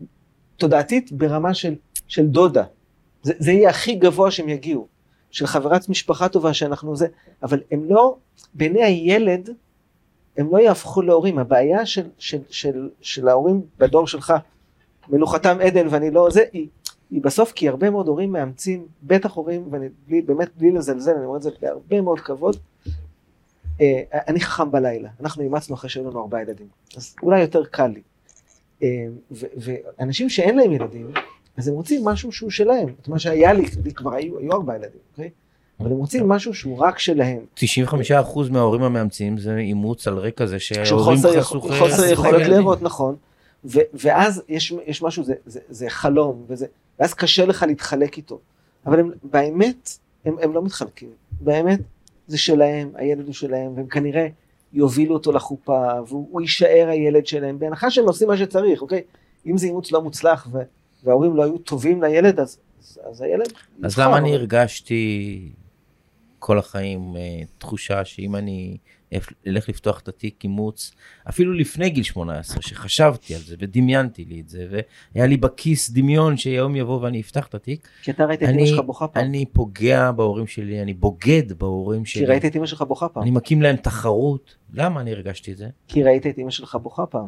תודעתית ברמה של, של דודה. זה, זה יהיה הכי גבוה שהם יגיעו. של חברת משפחה טובה שאנחנו זה, אבל הם לא, בעיני הילד, הם לא יהפכו להורים. הבעיה של, של, של, של ההורים בדור שלך, מנוחתם עדן ואני לא, זה, היא, היא בסוף, כי הרבה מאוד הורים מאמצים, בטח הורים, ואני בלי, באמת בלי לזלזל, אני אומר את זה בהרבה מאוד כבוד, אה, אני חכם בלילה, אנחנו אימצנו אחרי שהיו לנו ארבעה ילדים, אז אולי יותר קל לי. אה, ו, ואנשים שאין להם ילדים, אז הם רוצים משהו שהוא שלהם, את מה שהיה לי, לי כבר היו, היו ארבעה ילדים, אוקיי? אבל הם רוצים משהו שהוא רק שלהם.
תשעים וחמישה אחוז מההורים המאמצים זה אימוץ על רקע זה שההורים חסו
חוסר יכולת לראות, נכון. ו- ואז יש, יש משהו, זה, זה, זה חלום, וזה, ואז קשה לך להתחלק איתו. אבל הם, באמת, הם, הם לא מתחלקים. באמת, זה שלהם, הילד הוא שלהם, והם כנראה יובילו אותו לחופה, והוא יישאר הילד שלהם, בהנחה שהם עושים מה שצריך, אוקיי? אם זה אימוץ לא מוצלח, ו- וההורים לא היו טובים לילד, אז, אז, אז הילד...
אז למה אני הרגשתי כל החיים תחושה שאם אני אלך לפתוח את התיק אימוץ, אפילו לפני גיל שמונה עשרה, שחשבתי על זה ודמיינתי לי את זה, והיה לי בכיס דמיון שיום יבוא ואני אפתח את התיק.
כי אתה ראית את אמא שלך בוכה פעם.
אני פוגע בהורים שלי, אני בוגד בהורים שלי.
כי ראית את אמא שלך בוכה פעם.
אני מקים להם תחרות. למה אני הרגשתי את זה?
כי ראית את אמא שלך בוכה פעם.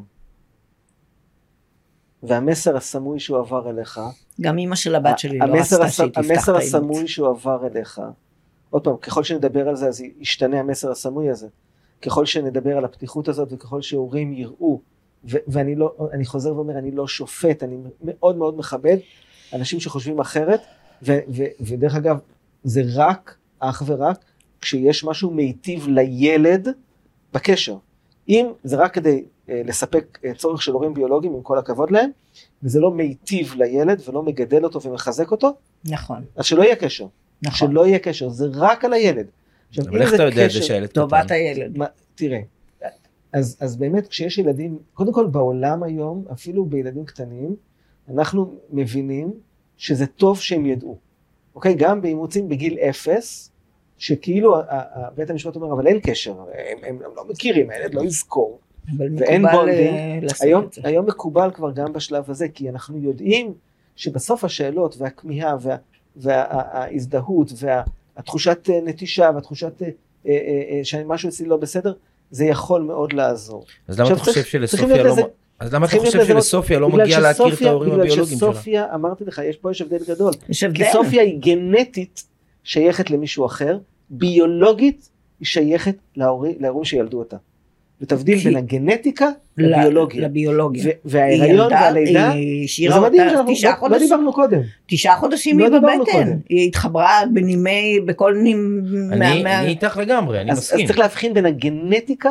והמסר הסמוי שהוא עבר אליך,
גם אמא של הבת שלי לא רצתה שהיא תפתח את האימוץ.
המסר הסמוי שהוא עבר אליך, עוד פעם, ככל שנדבר על זה, אז ישתנה המסר הסמוי הזה. ככל שנדבר על הפתיחות הזאת, וככל שהורים יראו, ו- ואני לא, אני חוזר ואומר, אני לא שופט, אני מאוד מאוד מכבד אנשים שחושבים אחרת, ו- ו- ודרך אגב, זה רק, אך ורק, כשיש משהו מיטיב לילד בקשר. אם זה רק כדי אה, לספק אה, צורך של הורים ביולוגיים, עם כל הכבוד להם, וזה לא מיטיב לילד, ולא מגדל אותו ומחזק אותו,
נכון.
אז שלא יהיה קשר.
נכון.
שלא יהיה קשר, זה רק על הילד. עכשיו,
אבל איך אתה יודע את זה שהילד קטן?
טובת הילד.
מה, תראה, אז, אז באמת כשיש ילדים, קודם כל בעולם היום, אפילו בילדים קטנים, אנחנו מבינים שזה טוב שהם ידעו. אוקיי? גם באימוצים בגיל אפס, שכאילו בית המשפט אומר, אבל אין קשר, הם, הם, הם לא מכירים, הילד לא יזכור. ואין בונדינג. היום, היום מקובל כבר גם בשלב הזה, כי אנחנו יודעים שבסוף השאלות והכמיהה וה, וההזדהות והתחושת נטישה והתחושת שמשהו אצלי לא בסדר, זה יכול מאוד לעזור.
אז למה אתה חושב שלסופיה לא... אז למה אתה חושב שלסופיה לא מגיע להכיר את ההורים הביולוגיים שלה?
בגלל שסופיה, אמרתי לך, יש פה יש הבדל גדול.
יש הבדל.
כי סופיה היא גנטית שייכת למישהו אחר, ביולוגית היא שייכת להורים שילדו אותה. ותבדיל בין הגנטיקה לביולוגיה.
לביולוגיה.
וההיריון והלידה,
זה מדהים שאנחנו
לא דיברנו קודם.
תשעה חודשים היא בבטן. היא התחברה בנימי, בכל נימי...
אני איתך לגמרי, אני מסכים.
אז צריך להבחין בין הגנטיקה,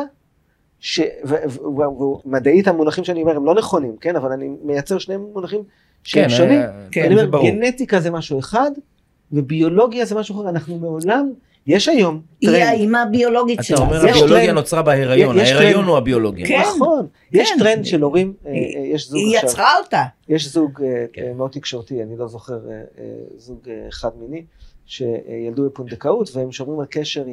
ומדעית המונחים שאני אומר הם לא נכונים, כן? אבל אני מייצר שני מונחים שהם שונים. אני אומר, גנטיקה זה משהו אחד, וביולוגיה זה משהו אחר. אנחנו מעולם... יש היום טרנד.
היא האימא הביולוגית שלה.
אתה אומר, הביולוגיה נוצרה בהיריון, ההיריון הוא הביולוגיה.
נכון. יש טרנד של הורים, יש זוג
היא יצרה אותה.
יש זוג מאוד תקשורתי, אני לא זוכר, זוג חד מיני, שילדו בפונדקאות, והם שומרים על קשר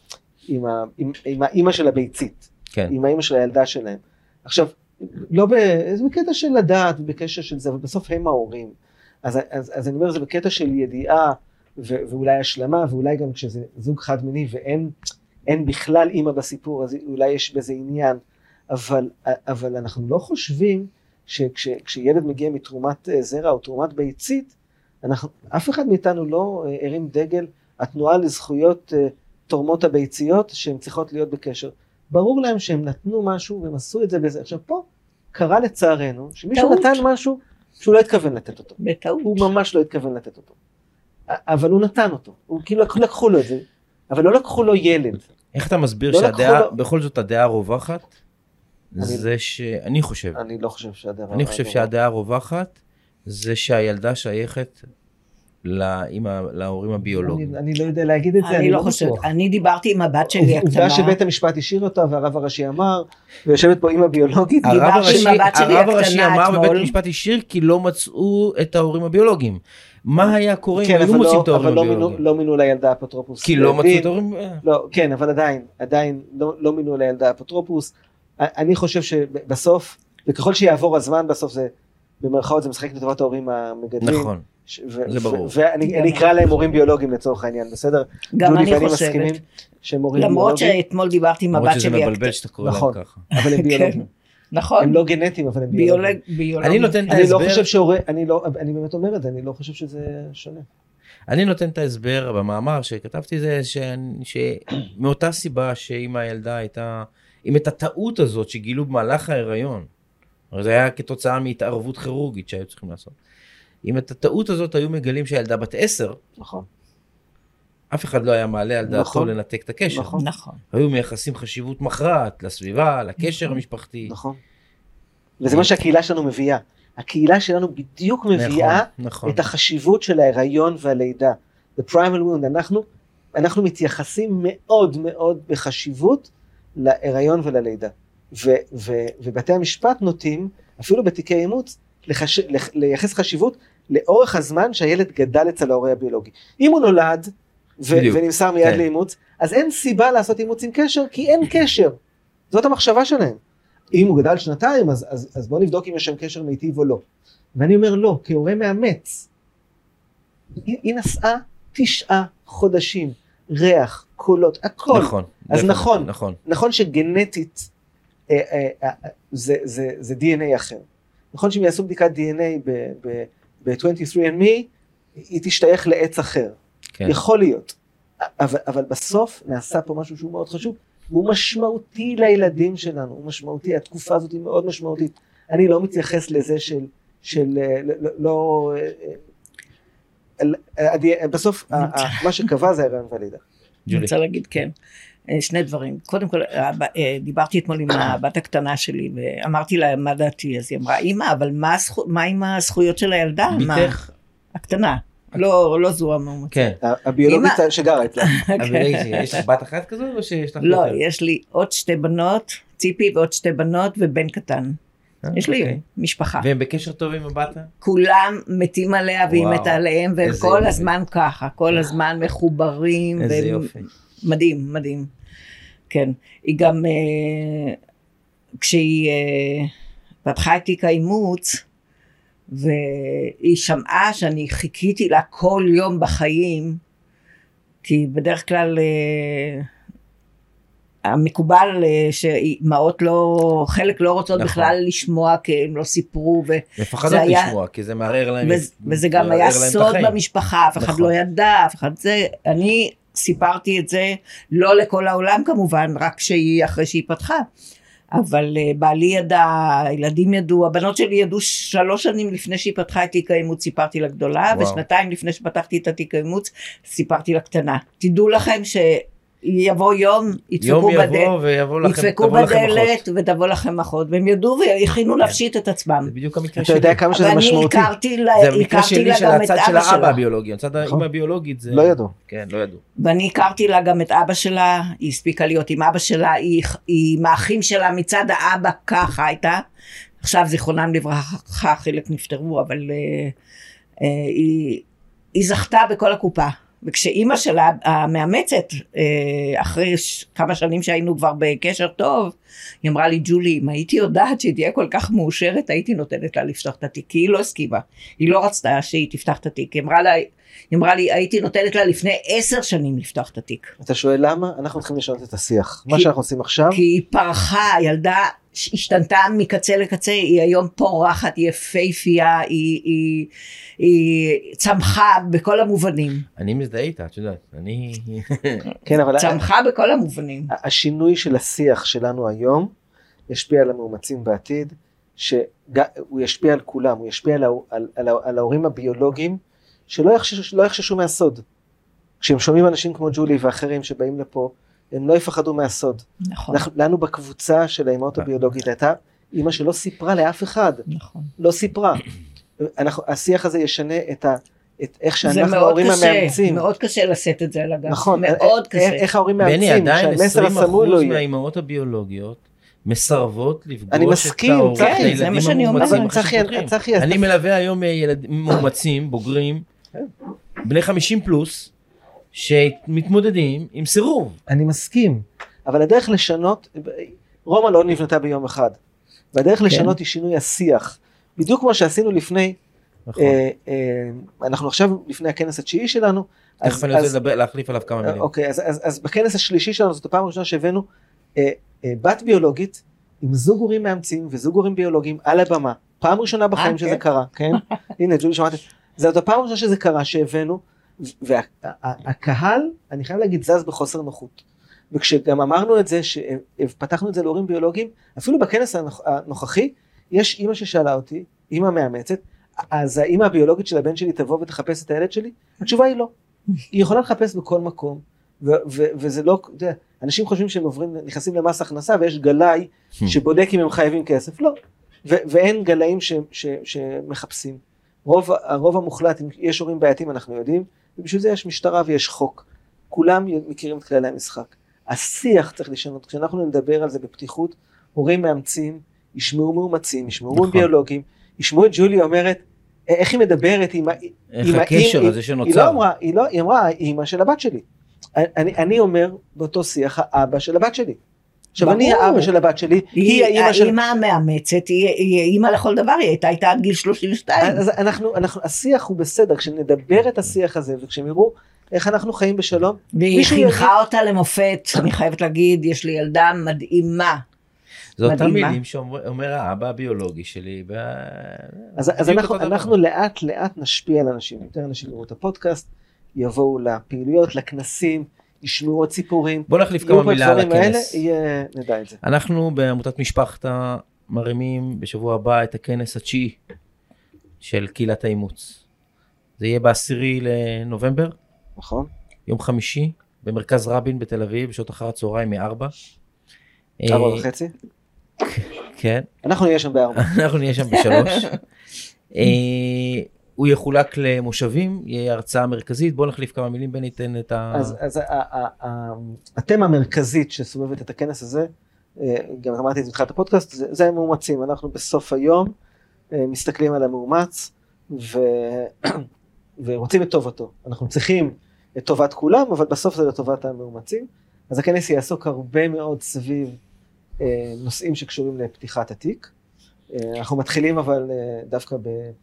עם האימא של הביצית, עם האימא של הילדה שלהם. עכשיו, לא בקטע של לדעת, בקשר של זה, אבל בסוף הם ההורים. אז אני אומר, זה בקטע של ידיעה, ואולי השלמה, ואולי גם כשזה זוג חד מיני, ואין אין בכלל אימא בסיפור, אז אולי יש בזה עניין, אבל, אבל אנחנו לא חושבים שכשילד מגיע מתרומת זרע או תרומת ביצית, אנחנו, אף אחד מאיתנו לא הרים דגל, התנועה לזכויות תורמות הביציות, שהן צריכות להיות בקשר. ברור להם שהם נתנו משהו, והם עשו את זה בזה. עכשיו פה קרה לצערנו, שמישהו נתן משהו, שהוא לא התכוון לתת אותו.
בטעות.
הוא ממש לא התכוון לתת אותו. אבל הוא נתן אותו, הוא כאילו לקחו לו את זה, אבל לא לקחו לו ילד.
איך אתה מסביר שהדעה, בכל זאת הדעה הרווחת, זה שאני חושב,
אני לא חושב שהדעה
אני חושב שהדעה הרווחת, זה שהילדה שייכת להורים הביולוגיים.
אני לא יודע להגיד את זה,
אני לא חושבת, אני דיברתי עם הבת שלי הקטנה.
עובדה שבית המשפט השאיר אותה, והרב הראשי אמר, ויושבת פה אמא ביולוגית,
הרב הראשי אמר בבית המשפט השאיר, כי לא מצאו את ההורים הביולוגיים. מה היה קורה אם היו מוצאים את ההורים הביולוגיים?
אבל לא מינו לילדה אפוטרופוס.
כי לא מצאו את ההורים?
לא, כן, אבל עדיין, עדיין לא מינו לילדה אפוטרופוס. אני חושב שבסוף, וככל שיעבור הזמן, בסוף זה, במרכאות זה משחק לטובת ההורים המגדלים.
נכון, זה ברור.
ואני אקרא להם הורים ביולוגיים לצורך העניין, בסדר?
גם אני חושבת. למרות שאתמול דיברתי עם הבת שלי.
למרות שזה מבלבל שאתה קורא להם ככה.
אבל הם ביולוגיים.
נכון.
הם לא גנטיים, אבל הם ביולוגיים.
אני נותן את
ההסבר. אני לא חושב
שהורה,
אני לא, אני באמת אומר את זה, אני לא חושב שזה שונה.
אני נותן את ההסבר במאמר שכתבתי זה, שמאותה סיבה שאם הילדה הייתה, אם את הטעות הזאת שגילו במהלך ההיריון, זה היה כתוצאה מהתערבות כירורגית שהיו צריכים לעשות. אם את הטעות הזאת היו מגלים שהילדה בת עשר,
נכון.
אף אחד לא היה מעלה על דעתו
נכון.
לנתק את הקשר.
נכון. נכון.
היו מייחסים חשיבות מכרעת לסביבה, לקשר
נכון.
המשפחתי.
נכון. וזה מה שהקהילה שלנו מביאה. הקהילה שלנו בדיוק מביאה
נכון, נכון.
את החשיבות של ההיריון והלידה. The primal wound. אנחנו, אנחנו מתייחסים מאוד מאוד בחשיבות להיריון וללידה. ו, ו, ובתי המשפט נוטים, אפילו בתיקי אימוץ, לחש... לייחס חשיבות לאורך הזמן שהילד גדל אצל ההורה הביולוגי. אם הוא נולד ו... ונמסר מיד כן. לאימוץ, אז אין סיבה לעשות אימוץ עם קשר, כי אין קשר. זאת המחשבה שלהם. אם הוא גדל שנתיים, אז, אז, אז בואו נבדוק אם יש שם קשר מיטיב או לא. ואני אומר לא, כהורה מאמץ. היא, היא נסעה תשעה חודשים, ריח, קולות, הכל.
נכון.
אז נכון,
נכון.
נכון שגנטית אה, אה, אה, זה, זה, זה די אן איי אחר. נכון שאם יעשו בדיקת די אן איי ב-עשרים ושלוש אנד מי, היא תשתייך לעץ אחר. כן. יכול להיות. אבל, אבל בסוף נעשה פה משהו שהוא מאוד חשוב, והוא משמעותי לילדים שלנו, הוא משמעותי, התקופה הזאת היא מאוד משמעותית. אני לא מתייחס לזה של, של לא, בסוף מה שקבע זה הריון ולידה.
אני רוצה להגיד כן, שני דברים. קודם כל, דיברתי אתמול עם הבת הקטנה שלי, ואמרתי לה מה דעתי, אז היא אמרה, אמא, אבל מה עם הזכויות של הילדה?
ביתך?
הקטנה. לא, לא זו המאומצת.
כן.
הביולוגית שגרה אצלה.
יש לך בת אחת כזו או שיש לך?
לא, יש לי עוד שתי בנות, ציפי ועוד שתי בנות ובן קטן. יש לי משפחה.
והם בקשר טוב עם הבת?
כולם מתים עליה והיא מתה עליהם, והם כל הזמן ככה, כל הזמן מחוברים.
איזה יופי.
מדהים, מדהים. כן. היא גם, כשהיא פתחה את תיק האימוץ, והיא שמעה שאני חיכיתי לה כל יום בחיים, כי בדרך כלל המקובל שאימהות לא, חלק לא רוצות בכלל לשמוע, כי הם לא סיפרו.
מפחדות לשמוע, כי זה מערער להם.
וזה גם היה סוד במשפחה, אף אחד לא ידע, אף אחד זה, אני סיפרתי את זה, לא לכל העולם כמובן, רק שהיא אחרי שהיא פתחה. אבל בעלי ידע, הילדים ידעו, הבנות שלי ידעו שלוש שנים לפני שהיא פתחה את תיק האימוץ, סיפרתי לגדולה, וואו. ושנתיים לפני שפתחתי את התיק האימוץ, סיפרתי לקטנה. תדעו לכם שיבוא יום, ידפקו בדלת, ותבוא לכם אחות, והם ידעו ויכינו נפשית את עצמם.
זה בדיוק המקרה שלי.
אתה יודע כמה שזה משמעותי.
זה המקרה שלי של הצד של האבא הביולוגי, הצד האמא הביולוגית זה...
לא ידעו.
כן, לא ידעו.
ואני הכרתי לה גם את אבא שלה, היא הספיקה להיות עם אבא שלה, היא מהאחים שלה מצד האבא ככה הייתה, עכשיו זיכרונם לברכה, חלק נפטרו, אבל היא זכתה בכל הקופה. וכשאימא שלה המאמצת, אחרי כמה שנים שהיינו כבר בקשר טוב, היא אמרה לי, ג'ולי, אם הייתי יודעת שהיא תהיה כל כך מאושרת, הייתי נותנת לה לפתוח את התיק, כי היא לא הסכימה, היא לא רצתה שהיא תפתח את התיק, היא אמרה לה, היא אמרה לי, הייתי נותנת לה לפני עשר שנים לפתוח את התיק.
אתה שואל למה? אנחנו צריכים לשנות את השיח. מה שאנחנו עושים עכשיו...
כי היא פרחה, ילדה השתנתה מקצה לקצה, היא היום פורחת, היא יפהפייה, היא, היא, היא צמחה בכל המובנים.
אני מזדהה איתה, את יודעת, אני...
כן, אבל...
צמחה בכל המובנים.
השינוי של השיח שלנו היום, ישפיע על המאומצים בעתיד, שהוא ישפיע על כולם, הוא ישפיע על, על, על, על ההורים הביולוגיים, שלא יחששו, לא יחששו מהסוד. כשהם שומעים אנשים כמו ג'ולי ואחרים שבאים לפה, הם לא יפחדו מהסוד.
נכון.
אנחנו, לנו בקבוצה של האימהות הביולוגית הייתה אימא שלא סיפרה לאף אחד.
נכון.
לא סיפרה. אנחנו, השיח הזה ישנה את, ה, את איך שאנחנו ההורים המאמצים.
זה מאוד קשה לשאת את זה על הגב.
נכון.
מאוד קשה.
איך, איך ההורים מאמצים.
בני, עדיין עשרים אחוז מהאימהות הביולוגיות מסרבות לפגוש
אני מסכים,
את
צחי,
הילדים המאומצים. אני מלווה היום ילדים מאומצים, בוגרים, בני חמישים פלוס, שמתמודדים עם סירוב.
אני מסכים, אבל הדרך לשנות, רומא לא נבנתה ביום אחד, והדרך לשנות היא שינוי השיח, בדיוק כמו שעשינו לפני, אנחנו עכשיו לפני הכנס התשיעי שלנו,
תכף אני רוצה להחליף עליו כמה מילים.
אוקיי, אז בכנס השלישי שלנו, זאת הפעם הראשונה שהבאנו בת ביולוגית, עם זוג הורים מאמצים וזוג הורים ביולוגיים על הבמה, פעם ראשונה בחיים שזה קרה, כן? הנה, ג'ולי שמעתם, זאת הפעם הראשונה שזה קרה שהבאנו, והקהל, אני חייב להגיד, זז בחוסר נוחות. וכשגם אמרנו את זה, שפתחנו את זה להורים ביולוגיים, אפילו בכנס הנוכחי, יש אימא ששאלה אותי, אימא מאמצת, אז האימא הביולוגית של הבן שלי תבוא ותחפש את הילד שלי? התשובה היא לא. היא יכולה לחפש בכל מקום, וזה לא, אנשים חושבים שהם עוברים, נכנסים למס הכנסה, ויש גלאי שבודק אם הם חייבים כסף. לא. ואין גלאים שמחפשים. רוב, הרוב המוחלט, אם יש הורים בעייתים, אנחנו יודעים, ובשביל זה יש משטרה ויש חוק. כולם מכירים את כללי המשחק. השיח צריך לשנות. כשאנחנו נדבר על זה בפתיחות, הורים מאמצים, ישמעו מאומצים, ישמעו נכון. ביולוגים, ישמעו את ג'ולי אומרת, איך היא מדברת עם...
איך הקשר הזה שנוצר?
היא לא אמרה, היא, לא, היא אמרה, האמא של הבת שלי. אני, אני אומר באותו שיח, האבא של הבת שלי. עכשיו אני האבא של הבת שלי, היא האמא של...
האמא המאמצת, היא אימא לכל דבר, היא הייתה איתה עד גיל שלושים ושתיים.
אז אנחנו, אנחנו, השיח הוא בסדר, כשנדבר את השיח הזה, וכשהם יראו איך אנחנו חיים בשלום.
והיא חינכה אותה למופת, אני חייבת להגיד, יש לי ילדה מדהימה.
זו אותם מילים שאומר האבא הביולוגי שלי.
אז אנחנו לאט לאט נשפיע על אנשים, יותר אנשים יראו את הפודקאסט, יבואו לפעילויות, לכנסים, ישמעו עוד סיפורים.
בוא נחליף כמה מילה על הכנס.
יהיה, נדע את זה.
אנחנו בעמותת משפחתה מרימים בשבוע הבא את הכנס התשיעי של קהילת האימוץ. זה יהיה בעשירי לנובמבר.
נכון.
יום חמישי, במרכז רבין בתל אביב, בשעות אחר הצהריים מארבע.
ארבע וחצי?
כן.
אנחנו נהיה שם בארבע.
אנחנו נהיה שם בשלוש. הוא יחולק למושבים, יהיה הרצאה מרכזית, בואו נחליף כמה מילים, בן ניתן את ה...
אז, אז התמה המרכזית שסובבת את הכנס הזה, גם אמרתי את זה בתחילת הפודקאסט, זה, זה המאומצים. אנחנו בסוף היום מסתכלים על המאומץ, ו... ורוצים את טובתו. אנחנו צריכים את טובת כולם, אבל בסוף זה לטובת המאומצים. אז הכנס יעסוק הרבה מאוד סביב נושאים שקשורים לפתיחת התיק. אנחנו מתחילים אבל דווקא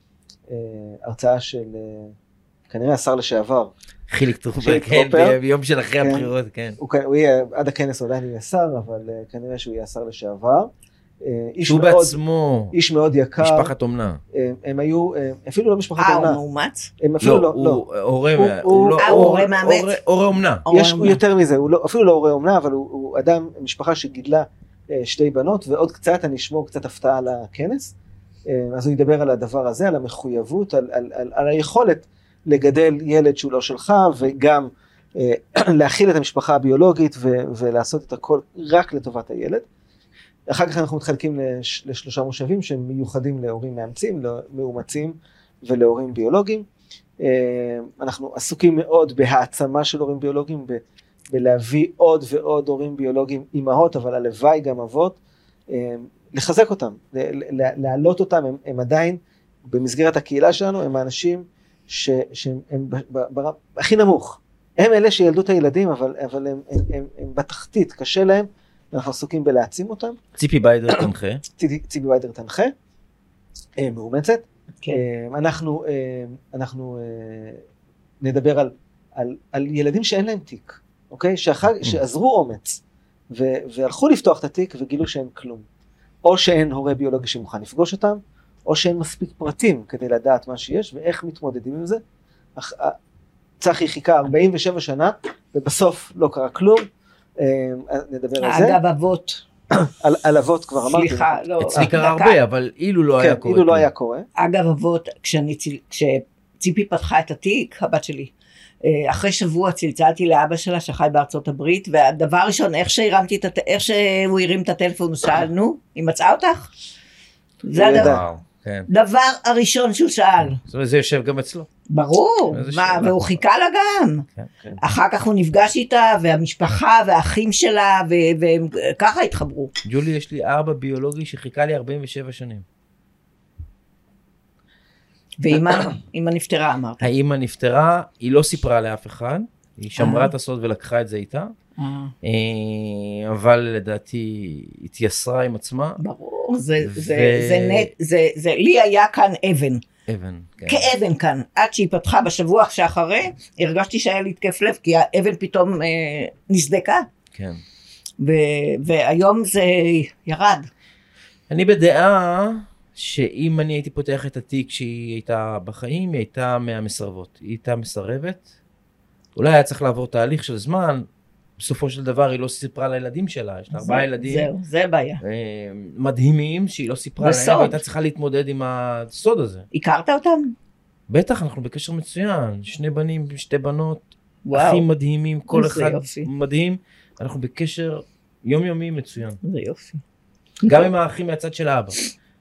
בהרצאה של כנראה השר לשעבר.
חיליק טרופר, כן, ביום של אחרי הבחירות, כן.
הוא יהיה, עד הכנס עדיין יהיה שר, אבל כנראה שהוא יהיה השר לשעבר.
שהוא בעצמו,
איש מאוד יקר.
משפחת אומנה.
הם היו, אפילו לא משפחת אומנה.
אה, הוא מאומץ?
הם אפילו לא,
לא. הוא
הורה מאמץ.
הורה אומנה.
יש יותר מזה, הוא אפילו לא הורה אומנה, אבל הוא אדם, משפחה שגידלה שתי בנות, ועוד קצת, אני אשמור קצת הפתעה על הכנס. אז הוא ידבר על הדבר הזה, על המחויבות, על, על, על, על היכולת לגדל ילד שהוא לא שלך, וגם להכיל את המשפחה הביולוגית, ו, ולעשות את הכל רק לטובת הילד. אחר כך אנחנו מתחלקים לש, לשלושה מושבים, שהם מיוחדים להורים מאמצים, למאומצים ולהורים ביולוגיים. אנחנו עסוקים מאוד בהעצמה של הורים ביולוגיים, ב, בלהביא עוד ועוד הורים ביולוגיים, אימהות, אבל הלוואי גם אבות, לחזק אותם, להעלות אותם, הם, הם עדיין במסגרת הקהילה שלנו, הם האנשים ש, שהם הם ברם הכי נמוך. הם אלה שילדו את הילדים, אבל, אבל הם, הם, הם, הם בתחתית, קשה להם, אנחנו עסוקים בלהעצים אותם.
ציפי ביידר תנחה.
ציפי, ציפי ביידר תנחה, מאומצת. כן. אנחנו, אנחנו נדבר על, על, על ילדים שאין להם תיק, אוקיי? שאחר, שעזרו אומץ, ו, והלכו לפתוח את התיק וגילו שאין כלום. או שאין הורה ביולוגי שמוכן לפגוש אותם, או שאין מספיק פרטים כדי לדעת מה שיש, ואיך מתמודדים עם זה. צחי חיכה ארבעים ושבע שנה, ובסוף לא קרה כלום. נדבר על זה.
אגב, אבות.
על אבות כבר אמרתי.
סליחה, לא.
אצלי קרה הרבה, אבל אילו לא היה קורה.
אילו לא היה קורה.
אגב, אבות, כשציפי פתחה את התיק, הבת שלי, אחרי שבוע צלצלתי לאבא שלה שחי בארצות הברית, והדבר הראשון, איך שהרמתי את, איך שהוא הרים את הטלפון, הוא שאל, נו, היא מצאה אותך? זה הדבר, דבר הראשון שהוא שאל.
זאת אומרת, זה יושב גם אצלו.
ברור, והוא חיכה לה גם. אחר כך הוא נפגש איתה, והמשפחה, והאחים שלה, וככה התחברו.
ג'ולי, יש לי ארבע ביולוגי שחיכה לי ארבעים ושבע שנים.
ואמא נפטרה, אמרת.
האמא נפטרה, היא לא סיפרה לאף אחד, היא שמרה את הסוד ולקחה את זה איתה, אבל לדעתי התייסרה עם עצמה.
ברור, לי היה כאן אבן.
אבן, כן.
כאבן כאן, עד שהיא פתחה בשבוע שאחרי, הרגשתי שהיה לי התקף לב, כי האבן פתאום נסדקה.
כן.
והיום זה ירד.
אני בדעה, שאם אני הייתי פותח את התיק שהיא הייתה בחיים, היא הייתה מהמסרבות. היא הייתה מסרבת. אולי היה צריך לעבור תהליך של זמן. בסופו של דבר היא לא סיפרה לילדים שלה. יש לה ארבעה ילדים.
זהו, זה בעיה.
מדהימים שהיא לא סיפרה להם. והייתה צריכה להתמודד עם הסוד הזה.
הכרת אותם?
בטח, אנחנו בקשר מצוין. שני בנים, שתי בנות. אחים מדהימים, כל אחד מדהים. אנחנו בקשר יומיומי מצוין.
זה יופי.
גם עם האחים מהצד של האבא.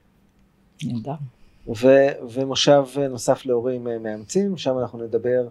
ו- ומושב נוסף להורים מאמצים, שם אנחנו נדבר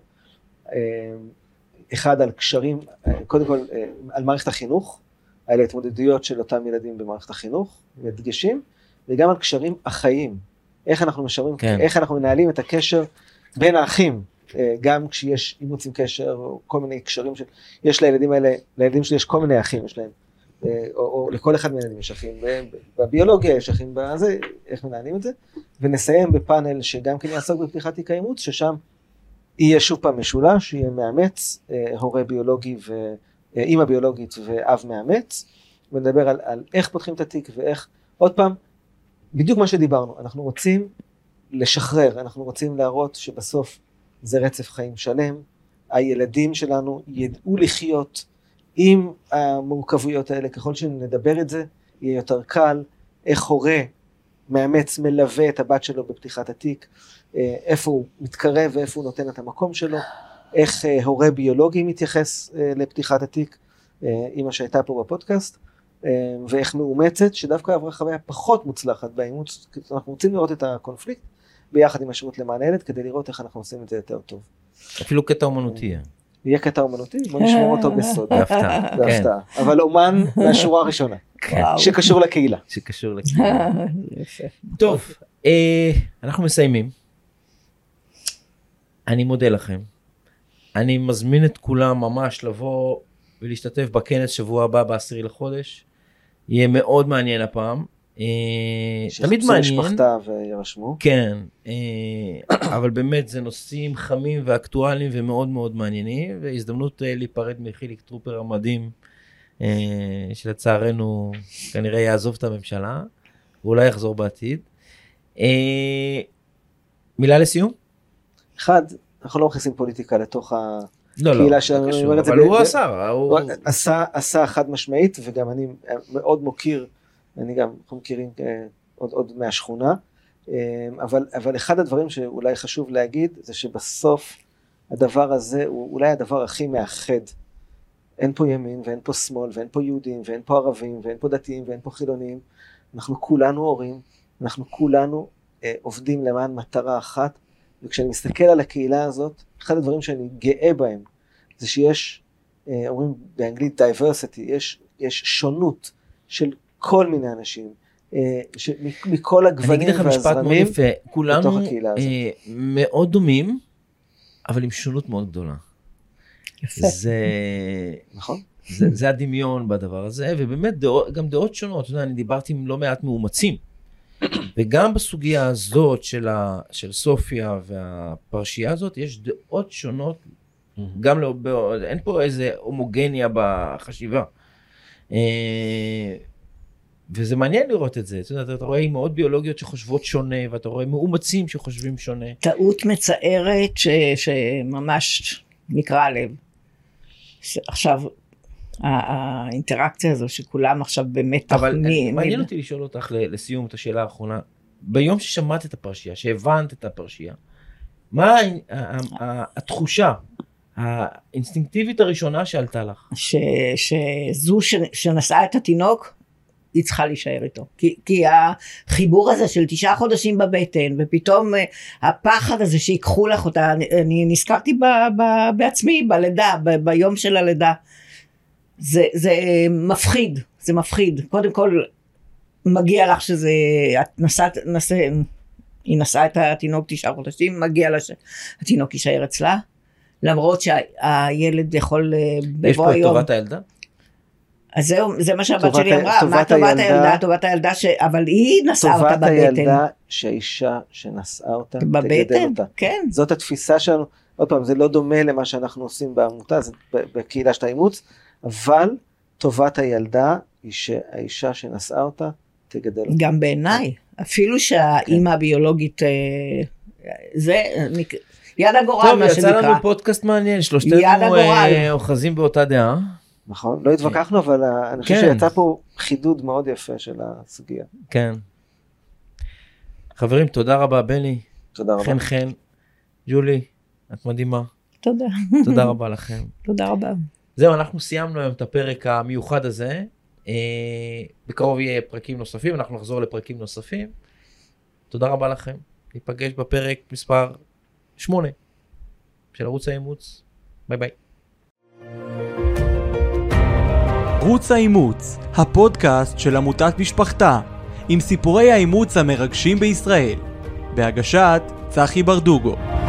אחד על קשרים, קודם כל על מערכת החינוך, על ההתמודדויות של אותם ילדים במערכת החינוך, מדגשים, וגם על קשרים החיים, איך אנחנו משרים, כן. איך אנחנו מנהלים את הקשר בין האחים, גם כשיש אימוץ עם קשר, או כל מיני קשרים שיש לילדים האלה, לילדים שלי יש כל מיני אחים, יש להם, או, או לכל אחד מהילדים יש אחים, בביולוגיה יש אחים בזה, איך מנהלים את זה, ונסיים בפאנל שגם כן יעסוק בפתיחת תיק האימוץ, ששם יהיה שוב פעם משולש, יהיה מאמץ, הורה ביולוגי ואימא ביולוגית ואב מאמץ, ונדבר על, על איך פותחים את התיק ואיך, עוד פעם, בדיוק מה שדיברנו, אנחנו רוצים לשחרר, אנחנו רוצים להראות שבסוף זה רצף חיים שלם, הילדים שלנו ידעו לחיות עם המורכבויות האלה, ככל שנדבר את זה, יהיה יותר קל, איך הורה מאמץ מלווה את הבת שלו בפתיחת התיק, איפה הוא מתקרב ואיפה הוא נותן את המקום שלו, איך הורה ביולוגי מתייחס לפתיחת התיק, אמא שהייתה פה בפודקאסט, ואיך מאומצת, שדווקא עברה חוויה פחות מוצלחת באימוץ, אנחנו רוצים לראות את הקונפליקט, ביחד עם השירות למען הילד, כדי לראות איך אנחנו עושים את זה יותר טוב.
אפילו קטע אומנותי.
יהיה קטע אומנותי, בוא נשמור אותו בסוד.
בהפתעה, כן.
אבל אומן מהשורה הראשונה, שקשור לקהילה.
שקשור לקהילה. טוב, אנחנו מסיימים. אני מודה לכם. אני מזמין את כולם ממש לבוא ולהשתתף בכנס שבוע הבא בעשירי לחודש. יהיה מאוד מעניין הפעם. תמיד מעניין.
שיחפשו משפחתה וירשמו.
כן, אבל באמת זה נושאים חמים ואקטואליים ומאוד מאוד מעניינים, והזדמנות להיפרד מחיליק טרופר המדהים, שלצערנו כנראה יעזוב את הממשלה, ואולי יחזור בעתיד. מילה לסיום?
אחד, אנחנו לא מכניסים פוליטיקה לתוך ה...
לא, לא, אבל הוא עשה. הוא
עשה חד משמעית, וגם אני מאוד מוקיר, אני גם, אנחנו מכירים עוד, עוד מהשכונה, אבל, אבל אחד הדברים שאולי חשוב להגיד, זה שבסוף הדבר הזה הוא אולי הדבר הכי מאחד. אין פה ימין ואין פה שמאל ואין פה יהודים ואין פה ערבים ואין פה דתיים ואין פה חילונים. אנחנו כולנו הורים, אנחנו כולנו אה, עובדים למען מטרה אחת, וכשאני מסתכל על הקהילה הזאת, אחד הדברים שאני גאה בהם, זה שיש, אה, אומרים באנגלית diversity, יש, יש שונות של כל מיני אנשים, ש... מכל הגוונים והזרמים
כולנו אה, מאוד דומים, אבל עם שונות מאוד גדולה.
יפה.
זה,
נכון?
זה, זה הדמיון בדבר הזה, ובאמת דעות, גם דעות שונות. אתה יודע, אני דיברתי עם לא מעט מאומצים, וגם בסוגיה הזאת של, ה, של סופיה והפרשייה הזאת, יש דעות שונות, גם לא, אין פה איזה הומוגניה בחשיבה. וזה מעניין לראות את זה. אתה יודע, אתה רואה אימהות ביולוגיות שחושבות שונה, ואתה רואה מאומצים שחושבים שונה.
טעות מצערת ש, שממש נקרא הלב. עכשיו, האינטראקציה הזו שכולם עכשיו באמת...
אבל מי, מעניין מי... אותי לשאול אותך לסיום את השאלה האחרונה. ביום ששמעת את הפרשייה, שהבנת את הפרשייה, מה התחושה, האינסטינקטיבית הראשונה שעלתה לך?
ש, שזו ש, שנשאה את התינוק, היא צריכה להישאר איתו. כי, כי החיבור הזה של תשעה חודשים בבטן, ופתאום הפחד הזה שיקחו לך אותה, אני, אני נזכרתי ב, ב, בעצמי, בלידה, ב, ביום של הלידה. זה, זה מפחיד, זה מפחיד. קודם כל, מגיע לך שזה, את נסעת, נסע, היא נשאה את התינוק תשעה חודשים, מגיע לה שהתינוק יישאר אצלה, למרות שהילד יכול בבוא
יש פה
היום.
את טובת הילדה?
אז זהו, זה מה שהבת שלי אמרה, מה טובת הילדה, טובת הילדה, ש... אבל היא נשאה אותה בבטן.
טובת הילדה שהאישה שנשאה אותה, תגדל אותה.
כן.
זאת התפיסה שלנו, עוד פעם, זה לא דומה למה שאנחנו עושים בעמותה, זה בקהילה של האימוץ, אבל טובת הילדה היא שהאישה שנשאה אותה, תגדל אותה.
גם בעיניי, אפילו שהאימא הביולוגית, זה... יד הגורל, מה שנקרא.
טוב, יצא לנו פודקאסט מעניין, שלושתנו אוחזים באותה דעה.
נכון, לא התווכחנו, אבל אני חושב שיצא פה חידוד מאוד יפה של הסוגיה.
כן. חברים, תודה רבה, בני.
תודה רבה.
חן חן. ג'ולי, את מדהימה.
תודה.
תודה רבה לכם.
תודה רבה.
זהו, אנחנו סיימנו היום את הפרק המיוחד הזה. בקרוב יהיה פרקים נוספים, אנחנו נחזור לפרקים נוספים. תודה רבה לכם. ניפגש בפרק מספר שמונה של ערוץ האימוץ. ביי ביי.
ערוץ האימוץ, הפודקאסט של עמותת משפחתה, עם סיפורי האימוץ המרגשים בישראל, בהגשת צחי ברדוגו.